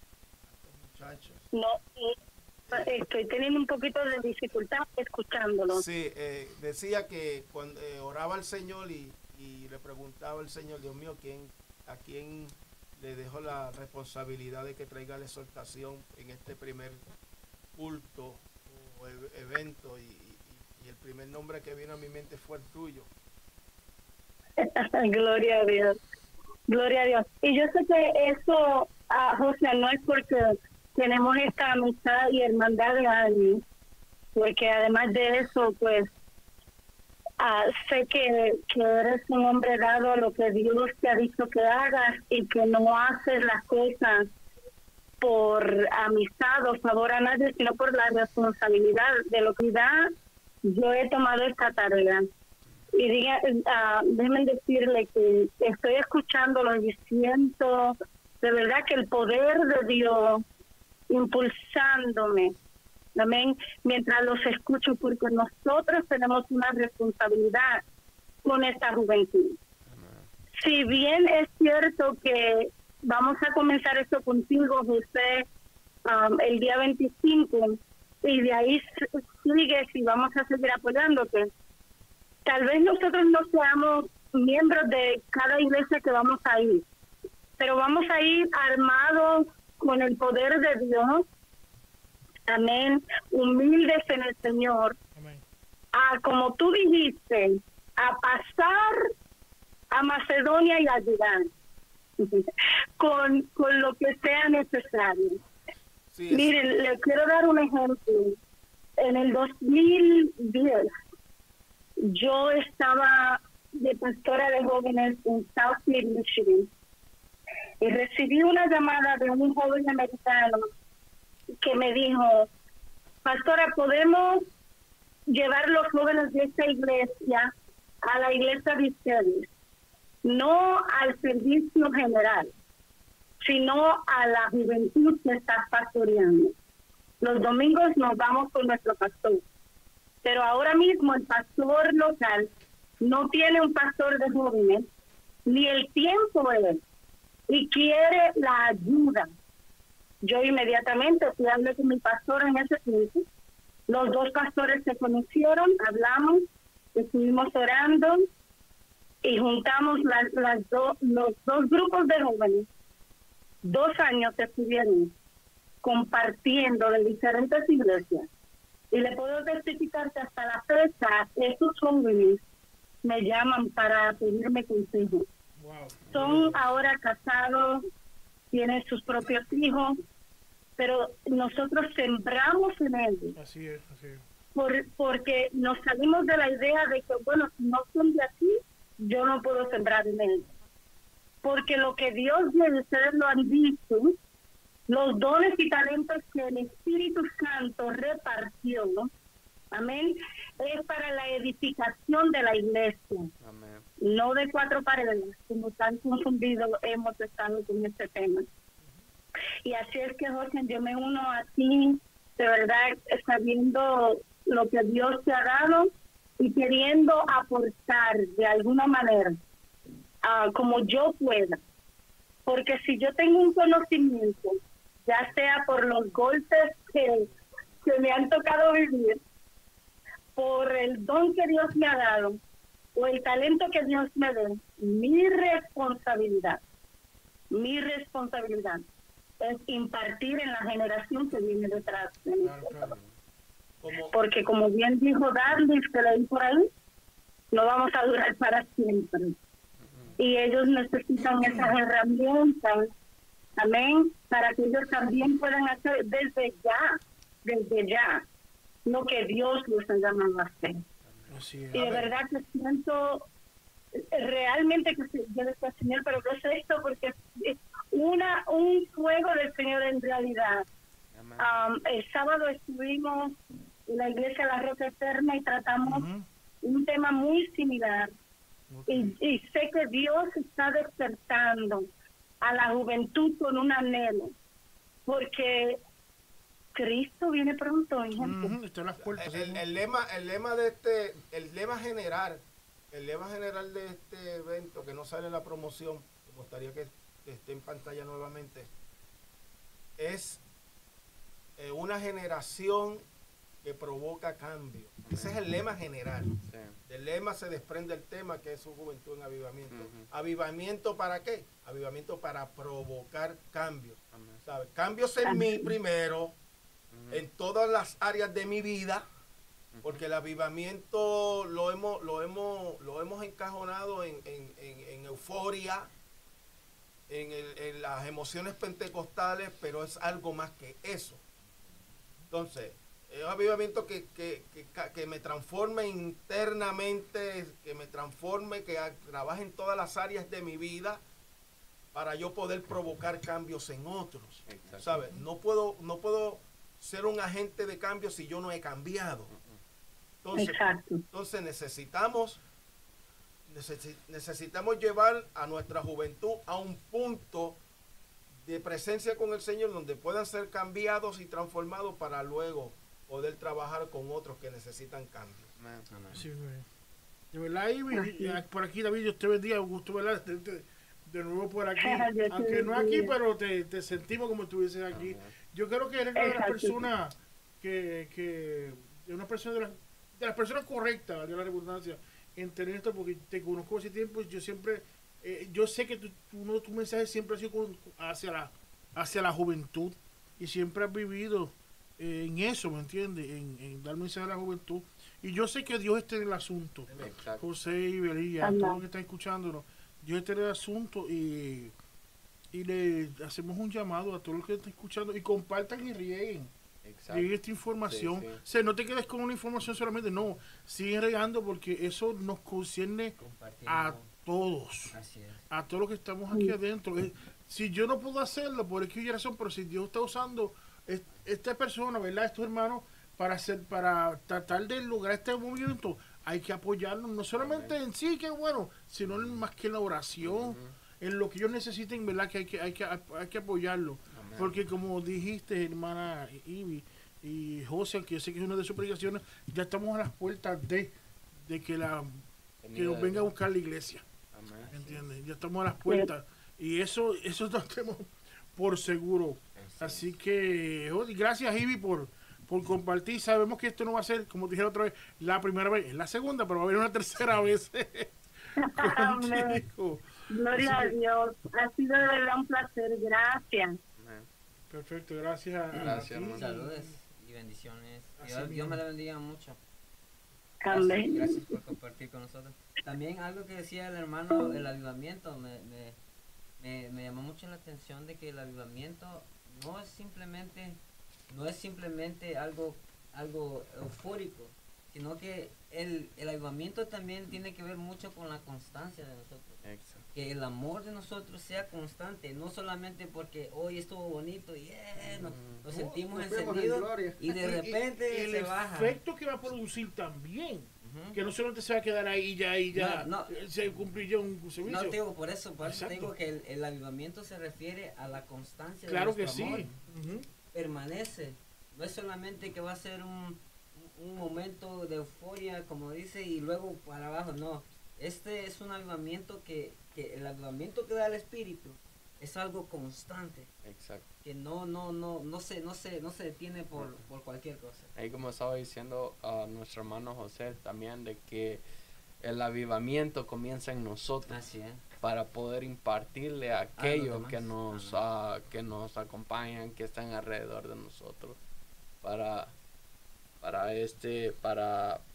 a estos muchachos? No, estoy teniendo un poquito de dificultad escuchándolo. Sí, eh, decía que cuando eh, oraba al Señor y, y le preguntaba al Señor, Dios mío, ¿quién, ¿a quién le dejo la responsabilidad de que traiga la exhortación en este primer culto o e- evento? Y, y, y el primer nombre que vino a mi mente fue el tuyo. Gloria a Dios, gloria a Dios. Y yo sé que eso, uh, José, no es porque tenemos esta amistad y hermandad de años, porque además de eso, pues, uh, sé que, que eres un hombre dado a lo que Dios te ha dicho que hagas y que no haces las cosas por amistad o favor a nadie, sino por la responsabilidad de lo que da. Yo he tomado esta tarea. Y diga, uh, déjenme decirle que estoy escuchándolo y siento de verdad que el poder de Dios impulsándome, amén, mientras los escucho, porque nosotros tenemos una responsabilidad con esta juventud. Si bien es cierto que vamos a comenzar esto contigo, José, um, el día veinticinco, y de ahí sigues y vamos a seguir apoyándote. Tal vez nosotros no seamos miembros de cada iglesia que vamos a ir, pero vamos a ir armados con el poder de Dios, amén, humildes en el Señor, amén. A, como tú dijiste, a pasar a Macedonia y a ayudar, con, con lo que sea necesario. Sí, miren, les quiero dar un ejemplo. En el dos mil diez, yo estaba de pastora de jóvenes en South Bend, Michigan, y recibí una llamada de un joven americano que me dijo, pastora, ¿podemos llevar los jóvenes de esta iglesia a la iglesia de ustedes? No al servicio general, sino a la juventud que está pastoreando. Los domingos nos vamos con nuestro pastor. Pero ahora mismo el pastor local no tiene un pastor de jóvenes, ni el tiempo es, y quiere la ayuda. Yo inmediatamente fui a hablar con mi pastor en ese tiempo. Los dos pastores se conocieron, hablamos, estuvimos orando y juntamos las, las do, los dos grupos de jóvenes. Dos años estuvieron compartiendo de diferentes iglesias. Y le puedo testificar que hasta la fecha, esos jóvenes me llaman para pedirme consejo. Wow. Son ahora casados, tienen sus propios hijos, pero nosotros sembramos en ellos. Así es, así es. Por, porque nos salimos de la idea de que, bueno, si no son de aquí, yo no puedo sembrar en ellos. Porque lo que Dios y ustedes lo han visto, los dones y talentos que el Espíritu Santo repartió, ¿no? Amén, es para la edificación de la iglesia. Amén. No de cuatro paredes, como tan confundidos hemos estado con este tema. Y así es que, José, yo me uno a ti, de verdad, sabiendo lo que Dios te ha dado y queriendo aportar de alguna manera, uh, como yo pueda. Porque si yo tengo un conocimiento, ya sea por los golpes que, que me han tocado vivir, por el don que Dios me ha dado, o el talento que Dios me dé, mi responsabilidad, mi responsabilidad es impartir en la generación que viene detrás de mí. Claro, claro. Como, Porque como bien dijo Darlis, que leí por ahí, no vamos a durar para siempre. Y ellos necesitan esas herramientas, amén, para que ellos también puedan hacer desde ya, desde ya, lo que Dios los ha llamado a hacer. Así es. Y de verdad que siento realmente que se, yo decía, Señor, pero ¿qué es esto? Porque es una un fuego del Señor en realidad. Um, el sábado estuvimos en la iglesia La Roca Eterna y tratamos uh-huh. un tema muy similar. Okay. Y, y sé que Dios está despertando a la juventud con un anhelo, porque Cristo viene pronto, uh-huh. el, el lema el lema de este el lema general el lema general de este evento, que no sale en la promoción, me gustaría que esté en pantalla nuevamente, es eh, una generación que provoca cambio. Ese es el lema general. Sí. Del lema se desprende el tema, que es su juventud en avivamiento. Uh-huh. ¿Avivamiento para qué? Avivamiento para provocar cambios. ¿Sabe? Cambios en mí primero, uh-huh. en todas las áreas de mi vida, porque el avivamiento lo hemos lo hemos lo hemos encajonado en, en, en, en euforia, en, el, en las emociones pentecostales, pero es algo más que eso. Entonces, es un avivamiento que, que, que, que me transforme internamente, que me transforme, que trabaje en todas las áreas de mi vida para yo poder provocar cambios en otros. ¿Sabes? No puedo, no puedo ser un agente de cambio si yo no he cambiado. Entonces, entonces necesitamos, necesitamos llevar a nuestra juventud a un punto de presencia con el Señor donde puedan ser cambiados y transformados para luego poder trabajar con otros que necesitan cambio. Sí, de verdad, Ivy, por aquí, David, Dios te bendiga, gusto verla de, de, de nuevo por aquí, aunque no aquí, pero te, te sentimos como estuvieses aquí. Yo creo que eres una de las personas que, que de una persona de las, de las personas correctas, de la redundancia, en tener esto, porque te conozco hace tiempo, yo siempre, eh, yo sé que tu, tu, uno de tus mensajes siempre ha sido con, hacia la hacia la juventud, y siempre has vivido en eso, ¿me entiendes? En, en dar mensaje a la juventud. Y yo sé que Dios está en el asunto. Exacto. José y Belilla, todos los que están escuchándonos, Dios está en el asunto y, y le hacemos un llamado a todos los que están escuchando y compartan y rieguen. Rieguen esta información. Sí, sí. O sea, no te quedes con una información solamente, no. Siguen regando porque eso nos concierne a todos. Así es. A todos los que estamos aquí adentro. Si yo no puedo hacerlo, por qué razón, pero si Dios está usando esta persona, ¿verdad? Estos hermanos, para hacer, para tratar de lograr este movimiento, hay que apoyarlos, no solamente en sí, que bueno, sino más que en la oración, uh-huh. en lo que ellos necesiten, ¿verdad? Que hay que, hay que, hay que apoyarlos. Amén. Porque como dijiste, hermana Ivy y José, que yo sé que es una de sus predicaciones, ya estamos a las puertas de, de que la que nos venga a buscar la iglesia. Amén. ¿Entiendes? Ya estamos a las puertas. Y eso, eso lo tenemos por seguro. Así que, gracias, Ivy, por, por compartir. Sabemos que esto no va a ser, como dije otra vez, la primera vez, es la segunda, pero va a haber una tercera vez. Gloria a Dios. Ha sido de verdad un placer. Gracias. Perfecto, gracias. Gracias, a saludos y bendiciones. Dios, Dios me la bendiga mucho. Gracias, gracias por compartir con nosotros. También algo que decía el hermano, el avivamiento, me, me, me, me llamó mucho la atención de que el avivamiento no es simplemente no es simplemente algo algo eufórico, sino que el, el avivamiento también tiene que ver mucho con la constancia de nosotros. Exacto. Que el amor de nosotros sea constante, no solamente porque hoy estuvo bonito y yeah, nos, nos oh, sentimos nos encendidos y de repente y, y, y se el baja. El efecto que va a producir también, uh-huh. que no solamente se va a quedar ahí ya y ya no, no, se cumplió ya un servicio. No, digo, por eso, por eso digo que el, el avivamiento se refiere a la constancia claro de nuestro que amor. Sí. Uh-huh. Permanece, no es solamente que va a ser un, un momento de euforia, como dice, y luego para abajo, no. Este es un avivamiento que, que el avivamiento que da el Espíritu es algo constante. Exacto. Que no, no, no, no se, no se, no se detiene por, por cualquier cosa. Ahí como estaba diciendo uh, nuestro hermano José también, de que el avivamiento comienza en nosotros. Así es. Para poder impartirle a aquellos a que nos uh, que nos acompañan, que están alrededor de nosotros, para para este para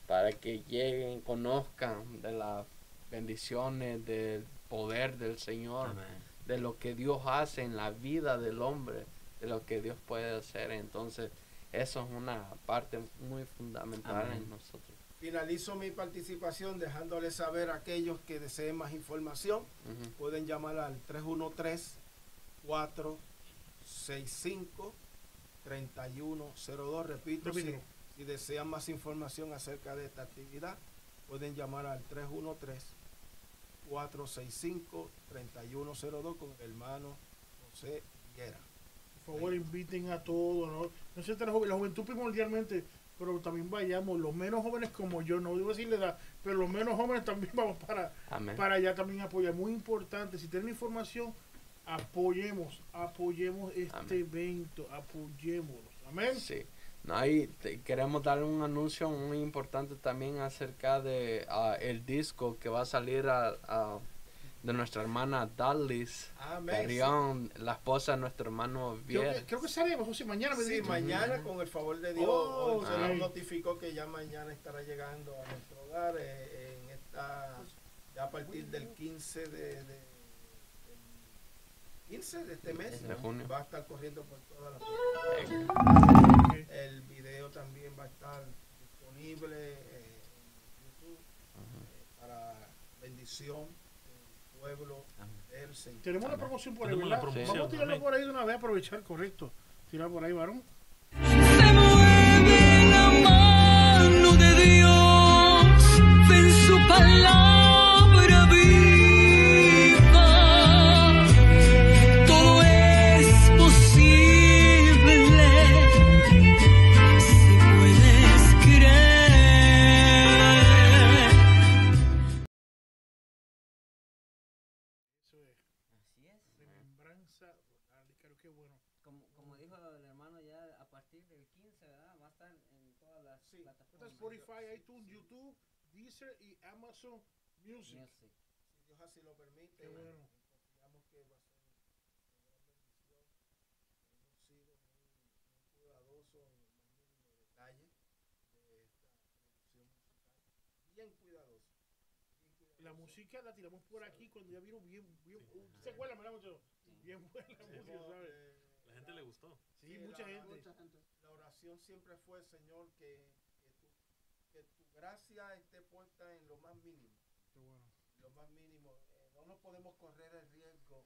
para que lleguen, conozcan de las bendiciones, del poder del Señor, Amén. De lo que Dios hace en la vida del hombre, de lo que Dios puede hacer. Entonces, eso es una parte muy fundamental Amén. En nosotros. Finalizo mi participación dejándoles saber a aquellos que deseen más información, uh-huh. pueden llamar al tres uno tres, cuatro seis cinco, tres uno cero dos. Repito, si, si desean más información acerca de esta actividad, pueden llamar al tres uno tres, cuatro seis cinco, tres uno cero dos con el hermano José Higuera. Por favor, inviten a todos, ¿no? No se trata de la juventud primordialmente, pero también vayamos, los menos jóvenes como yo, no debo decirle edad, pero los menos jóvenes también vamos para, para allá también apoyar. Muy importante, si tienen información, apoyemos, apoyemos este Amén. Evento, apoyémoslo. Amén. Sí. No, hay, te, queremos darle un anuncio muy importante también acerca de uh, el disco que va a salir a, a, de nuestra hermana Dallis Carrión, sí. La esposa de nuestro hermano Vier. Creo que, creo que salimos, José, mañana. Me sí, dijo. mañana con el favor de Dios. Oh, se nos notificó que ya mañana estará llegando a nuestro hogar eh, en esta, ya a partir del quince de, de quince de este mes, de junio. Va a estar corriendo por toda la plataforma. El video también va a estar disponible eh, en YouTube uh-huh. eh, para bendición del pueblo del Señor. Tenemos una promoción por ahí, ¿verdad? Promoción, vamos a tirarlo por ahí de una vez, aprovechar, correcto. Tirar por ahí, varón. Se mueve la mano de Dios en su palabra viva. Como, como dijo el hermano, ya a partir del quince, ¿verdad? Va a estar en todas las sí. plataformas. Spotify, iTunes, YouTube, Deezer y Amazon Music. Music. Si Dios así lo permite, qué bueno. Confiamos que va a ser una gran bendición. Hemos sido muy, muy cuidadosos en el más mínimo detalle de esta producción musical. Bien cuidadosos. La música la tiramos por aquí cuando ya vieron bien, bien, sí. uh, ¿se acuerdan, verdad, muchachos? Bien buena la sí, música, ¿sabes? Eh, la gente le gustó. Sí, sí mucha, la, gente. mucha gente. La oración siempre fue, Señor, que, que, tu, que tu gracia esté puesta en lo más mínimo. Qué bueno. Lo más mínimo. Eh, no nos podemos correr el riesgo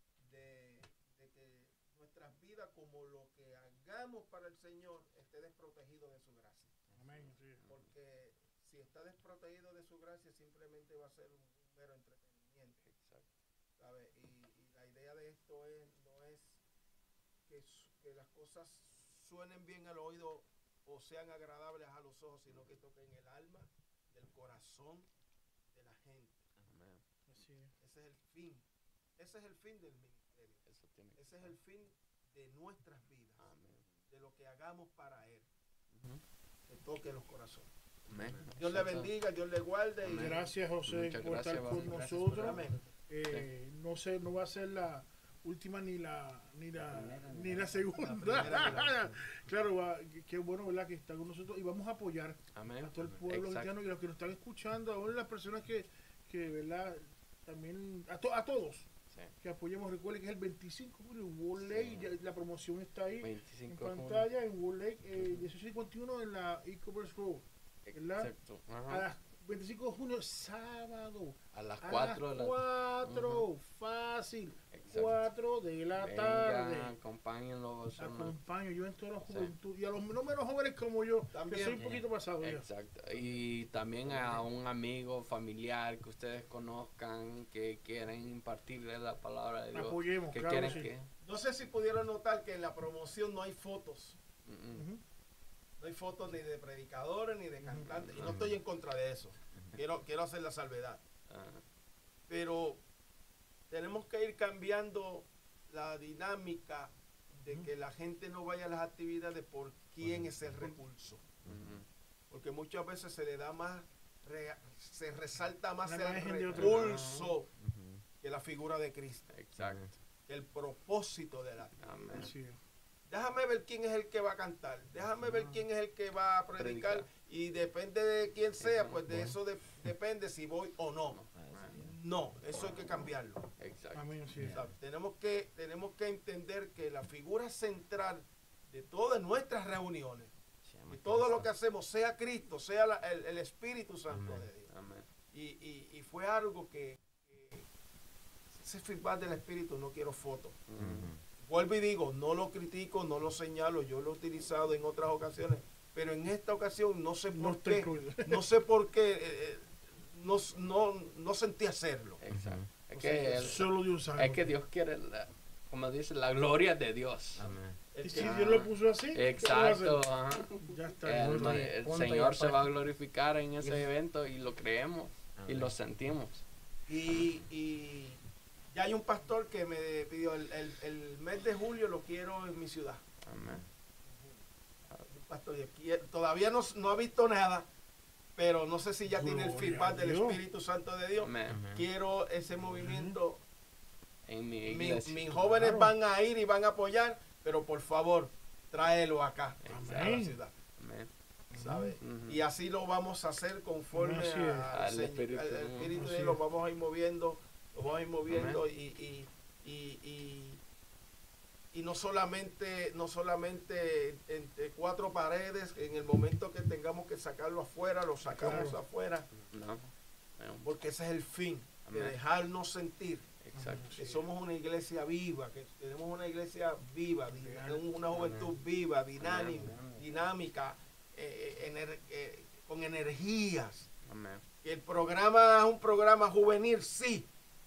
de, de que nuestras vidas, como lo que hagamos para el Señor, esté desprotegido de su gracia. Amén, sí. Porque si está desprotegido de su gracia, simplemente va a ser un, un mero entretenimiento. Exacto. ¿Sabe? Y, y la idea de esto es, no es que, que las cosas suenen bien al oído o sean agradables a los ojos, sino que toquen el alma, del corazón de la gente. Amén. Así es. Ese es el fin. Ese es el fin del ministerio. Eso tiene que Ese es el fin de nuestras vidas. Amén. De lo que hagamos para Él. Uh-huh. Que toque los corazones. Amén. Dios le bendiga, Dios le guarde. Y gracias, José, Muchas por gracias, estar con gracias nosotros. Amén. Eh, sí. No sé, no va a ser la última ni la ni la, la primera, ni la segunda. La primera, claro, va, qué bueno, ¿verdad? Que está con nosotros y vamos a apoyar Amén. a todo el pueblo cristiano y a los que nos están escuchando, ahora las personas que, que ¿verdad? También, a, to, a todos. Sí. Que apoyemos. Recuerden que es el veinticinco de julio en Wall Lake, sí. La promoción está ahí en pantalla en Wall Lake, eh, dieciocho cincuenta y uno en la e-commerce road, ¿verdad? Exacto. Uh-huh. A las veinticinco de junio, sábado. A las cuatro. A las cuatro, uh-huh. Fácil. Exacto. cuatro de la Venga, tarde. Acompáñenlo. Acompaño yo en toda la juventud. Sí. Y a los no menos jóvenes como yo, también, que soy un poquito pasado. Exacto. Ya. Y también a un amigo, familiar que ustedes conozcan, que quieren impartirle la palabra de Dios. Apoyemos, que claro quieren sí. que... No sé si pudieron notar que en la promoción no hay fotos. Uh-uh. No hay fotos ni de predicadores ni de cantantes. Uh-huh. Y no estoy en contra de eso. Quiero, quiero hacer la salvedad. Uh-huh. Pero tenemos que ir cambiando la dinámica de uh-huh. que la gente no vaya a las actividades por quién uh-huh. es el recurso. Uh-huh. Porque muchas veces se le da más, re, se resalta más la el recurso uh-huh. que la figura de Cristo. Exacto. Que el propósito de la Amén. déjame ver quién es el que va a cantar, déjame ver quién es el que va a predicar, predicar. Y depende de quién sea, pues de eso de, depende si voy o no. No, eso hay que cambiarlo. Exacto. Tenemos que, tenemos que entender que la figura central de todas nuestras reuniones, y todo lo que hacemos, sea Cristo, sea la, el, el Espíritu Santo Amén. De Dios. Amén. Y, y, y fue algo que, que ese feedback del Espíritu, no quiero fotos. Uh-huh. Vuelvo y digo, no lo critico, no lo señalo, yo lo he utilizado en otras ocasiones, pero en esta ocasión no sé por no qué, no sé por qué eh, no, no, no sentí hacerlo. Exacto. Es o que, sea, el, solo Dios sabe. Es que Dios quiere, la, como dice, la gloria de Dios. Amén. Y si Dios lo puso así, exacto, ajá. Ya está. El, el, el punto Señor se va a glorificar en ese yes. evento y lo creemos Amén. Y lo sentimos. Y, y ya hay un pastor que me pidió el, el, el mes de julio lo quiero en mi ciudad. Amén. Un pastor todavía no, no ha visto nada, pero no sé si ya Gloria tiene el feedback del Espíritu Santo de Dios. Amén. Quiero ese movimiento. En mi iglesia. Mis mi jóvenes claro. van a ir y van a apoyar, pero por favor, tráelo acá a la ciudad. Amén. ¿Sabe? Uh-huh. Y así lo vamos a hacer conforme a, al Espíritu, al Espíritu de Dios, lo vamos a ir moviendo, lo vamos a ir moviendo y, y, y, y, y no solamente, no solamente entre cuatro paredes, en el momento que tengamos que sacarlo afuera, lo sacamos claro. afuera, no. porque ese es el fin, Amén. De dejarnos sentir. Exacto. Que somos una iglesia viva, que tenemos una iglesia viva, tenemos una juventud viva, dinámica, dinámica eh, ener, eh, con energías. Amén. Que el programa es un programa juvenil, sí,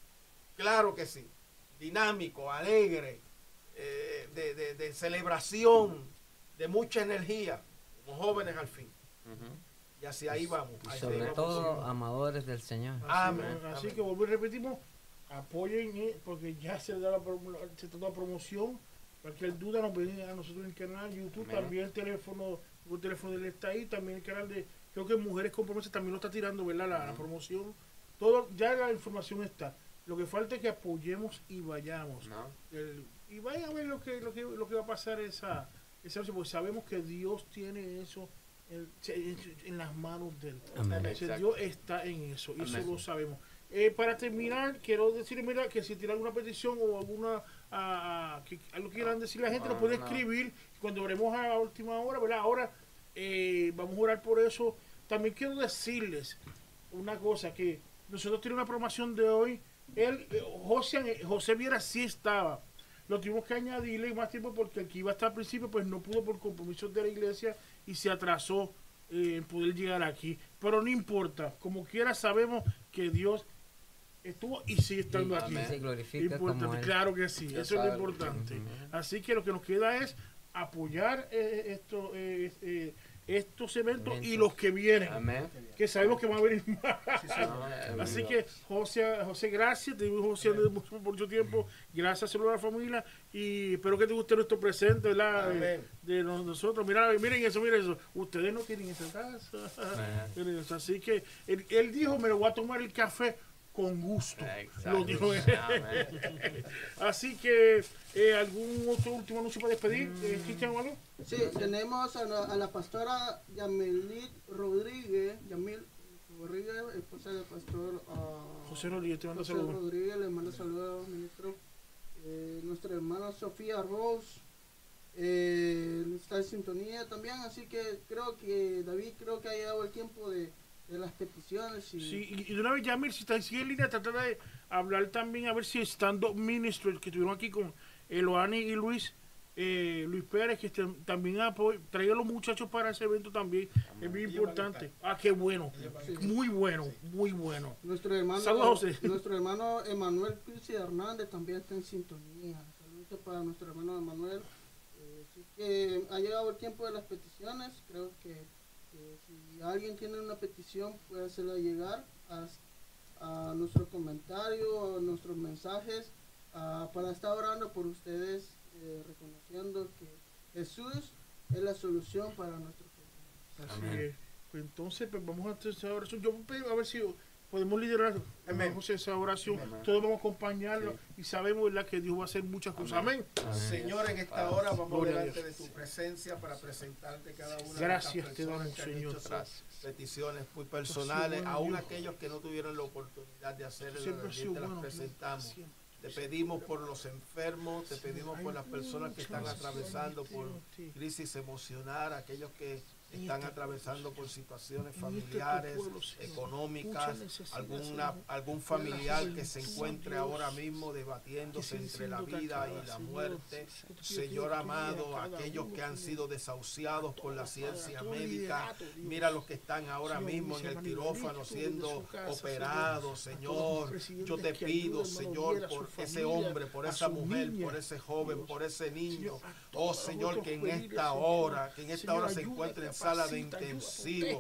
claro que sí, dinámico, alegre, eh, de, de, de celebración, de mucha energía, como jóvenes al fin. Uh-huh. Y hacia ahí vamos. Y sobre vamos todo vamos. Amadores del Señor. Amén. Así Amén. Que volvemos y repetimos. Apoyen eh, porque ya se da la, se da la promoción. Cualquier duda nos ven a nosotros en el canal YouTube. Amén. También el teléfono, el teléfono de él está ahí. También el canal de, creo que Mujeres con Promesa también lo está tirando, ¿verdad? La, la promoción. Todo, ya la información está. Lo que falta es que apoyemos y vayamos. No. El, y vayan a ver lo que, lo que, lo que va a pasar esa, esa noche, porque sabemos que Dios tiene eso en, en, en las manos de él. Amén. O sea, Dios está en eso, y Amén. Eso lo sabemos. Eh, para terminar, quiero decir, mira, que si tiene alguna petición o alguna a, a, que algo quieran decir la gente, lo puede escribir cuando oremos a la última hora, ¿verdad? Ahora eh, vamos a orar por eso. También quiero decirles una cosa, que nosotros tenemos una promoción de hoy. Él, eh, José, José Viera sí estaba. Lo tuvimos que añadirle más tiempo porque el que iba a estar al principio pues no pudo por compromisos de la iglesia y se atrasó en eh, poder llegar aquí. Pero no importa, como quiera sabemos que Dios estuvo y sigue estando sí, aquí. Se glorifica como claro que sí, eso sabe. Es lo importante. Uh-huh. Así que lo que nos queda es apoyar eh, esto, eh, eh, estos eventos Amén. Y los que vienen. Amén. Que sabemos que van a venir más. Sí, sí. No, así que, José, José, gracias. Te digo, José, por mucho tiempo. Gracias a la familia. Y espero que te guste nuestro presente, ¿verdad? De, de nosotros. Mira, miren eso, miren eso. Ustedes no tienen esa casa. Así que él, él dijo: me lo voy a tomar el café con gusto. Exacto. Lo dijo él. Así que, eh, ¿algún otro último anuncio para despedir, mm. eh, Cristian o algo? Sí, tenemos a la, a la pastora Yamilit Rodríguez, Yamil Rodríguez, esposa del pastor uh, José Rodríguez, te mando José saludos. Rodríguez, le mando saludos, ministro. Eh, nuestra hermana Sofía Rose eh, está en sintonía también, así que creo que David, creo que ha llegado el tiempo de de las peticiones y... Sí, y de una vez Yamil, si está en línea, trata de hablar también a ver si estando ministros que estuvieron aquí con Eloani y Luis eh, Luis Pérez, que estén, también traigan a los muchachos para ese evento también. Amén. Es muy importante. Ah, qué bueno, sí. Muy bueno, muy bueno. Nuestro hermano, Saludos, nuestro hermano Emanuel Pizzi Hernández también está en sintonía. Saludos para nuestro hermano Emanuel. Eh, así que ha llegado el tiempo de las peticiones. Creo que si alguien tiene una petición puede hacerla llegar a, a nuestro comentario, a nuestros mensajes, a, para estar orando por ustedes, eh, reconociendo que Jesús es la solución para nuestros problemas. Así es. Pues entonces pues vamos a hacer oración. Yo a ver si podemos liderar esa oración, Amén. Todos vamos a acompañarlo sí. Y sabemos, ¿verdad?, que Dios va a hacer muchas cosas. Amén. Amén. Señor, en esta hora vamos Gloria delante de tu presencia para presentarte cada una Gracias, de estas personas te damos, Señor. Peticiones muy personales, bueno, aún Dios. Aquellos que no tuvieron la oportunidad de hacerlo, te bueno, las presentamos. Siempre. Te pedimos por los enfermos, te pedimos por las personas que están atravesando por crisis emocional, aquellos que están atravesando por situaciones familiares, económicas, alguna, algún familiar que se encuentre ahora mismo debatiéndose entre la vida y la muerte. Señor amado, aquellos que han sido desahuciados por la ciencia médica, mira los que están ahora mismo en el quirófano siendo operados, Señor. Yo te pido, Señor, por ese hombre, por esa mujer, por ese joven, por ese niño. Oh, Señor, que en esta hora, que en esta hora se encuentre en sala de intensivo.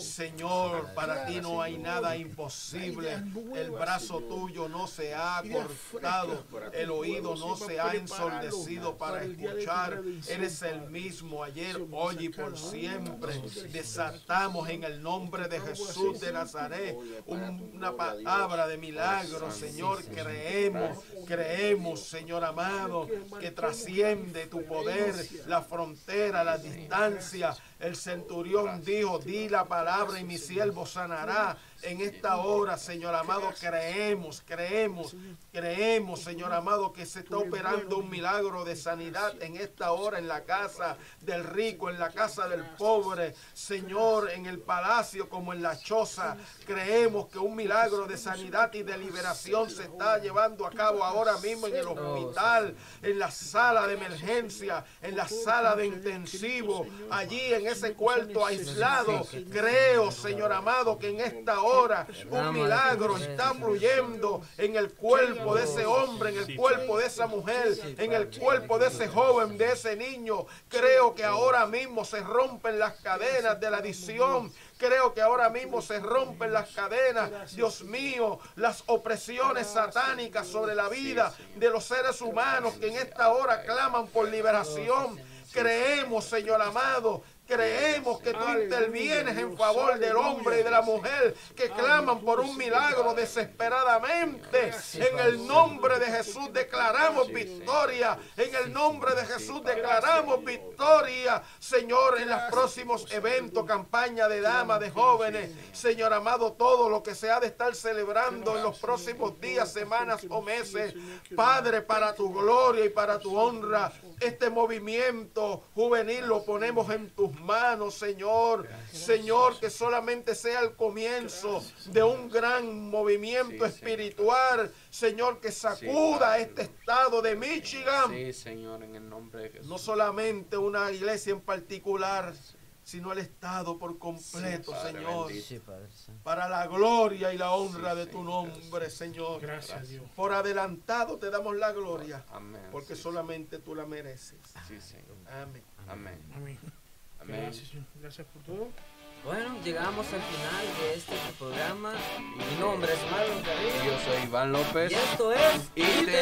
Señor, para ti no hay nada imposible. El brazo tuyo no se ha cortado, el oído no se ha ensordecido para escuchar. Eres el mismo ayer, hoy y por siempre. Desatamos en el nombre de Jesús de Nazaret una palabra de milagro, Señor. Creemos, creemos, Señor amado, que trasciende tu poder, la frontera, la distancia. El centurión dijo, di la palabra y mi siervo sanará. En esta hora, Señor amado, creemos, creemos, creemos, Señor amado, que se está operando un milagro de sanidad en esta hora en la casa del rico, en la casa del pobre, Señor, en el palacio como en la choza. Creemos que un milagro de sanidad y de liberación se está llevando a cabo ahora mismo en el hospital, en la sala de emergencia, en la sala de intensivo, allí en ese cuarto aislado. Creo, Señor amado, que en esta hora un milagro está fluyendo en el cuerpo de ese hombre, en el cuerpo de esa mujer, en el cuerpo de ese joven, de ese niño. Creo que ahora mismo se rompen las cadenas de la adicción. Creo que ahora mismo se rompen las cadenas, Dios mío, las opresiones satánicas sobre la vida de los seres humanos que en esta hora claman por liberación. Creemos, Señor amado, creemos que tú intervienes en favor del hombre y de la mujer que claman por un milagro desesperadamente. En el nombre de Jesús declaramos victoria. En el nombre de Jesús declaramos victoria, Señor, en los próximos eventos, campaña de damas, de jóvenes. Señor amado, todo lo que se ha de estar celebrando en los próximos días, semanas o meses. Padre, para tu gloria y para tu honra, este movimiento juvenil lo ponemos en tus manos, Señor. Gracias. Señor, que solamente sea el comienzo Gracias. De un gran movimiento sí, espiritual, Señor, que sacuda sí, este estado de Michigan. Sí, Señor, en el nombre de Jesús. No solamente una iglesia en particular, sino el estado por completo, sí, Padre, Señor, sí, Padre, sí. Para la gloria y la honra sí, de tu nombre, Señor. Gracias, Dios. Por adelantado te damos la gloria, amén, porque sí, solamente tú la mereces. Sí, Señor. Amén. Amén. Amén. Amén. Gracias, Señor. Gracias por todo. Bueno, llegamos al final de este programa. Mi nombre es Marlon Carrillo. Yo soy Iván López. Y esto es Y te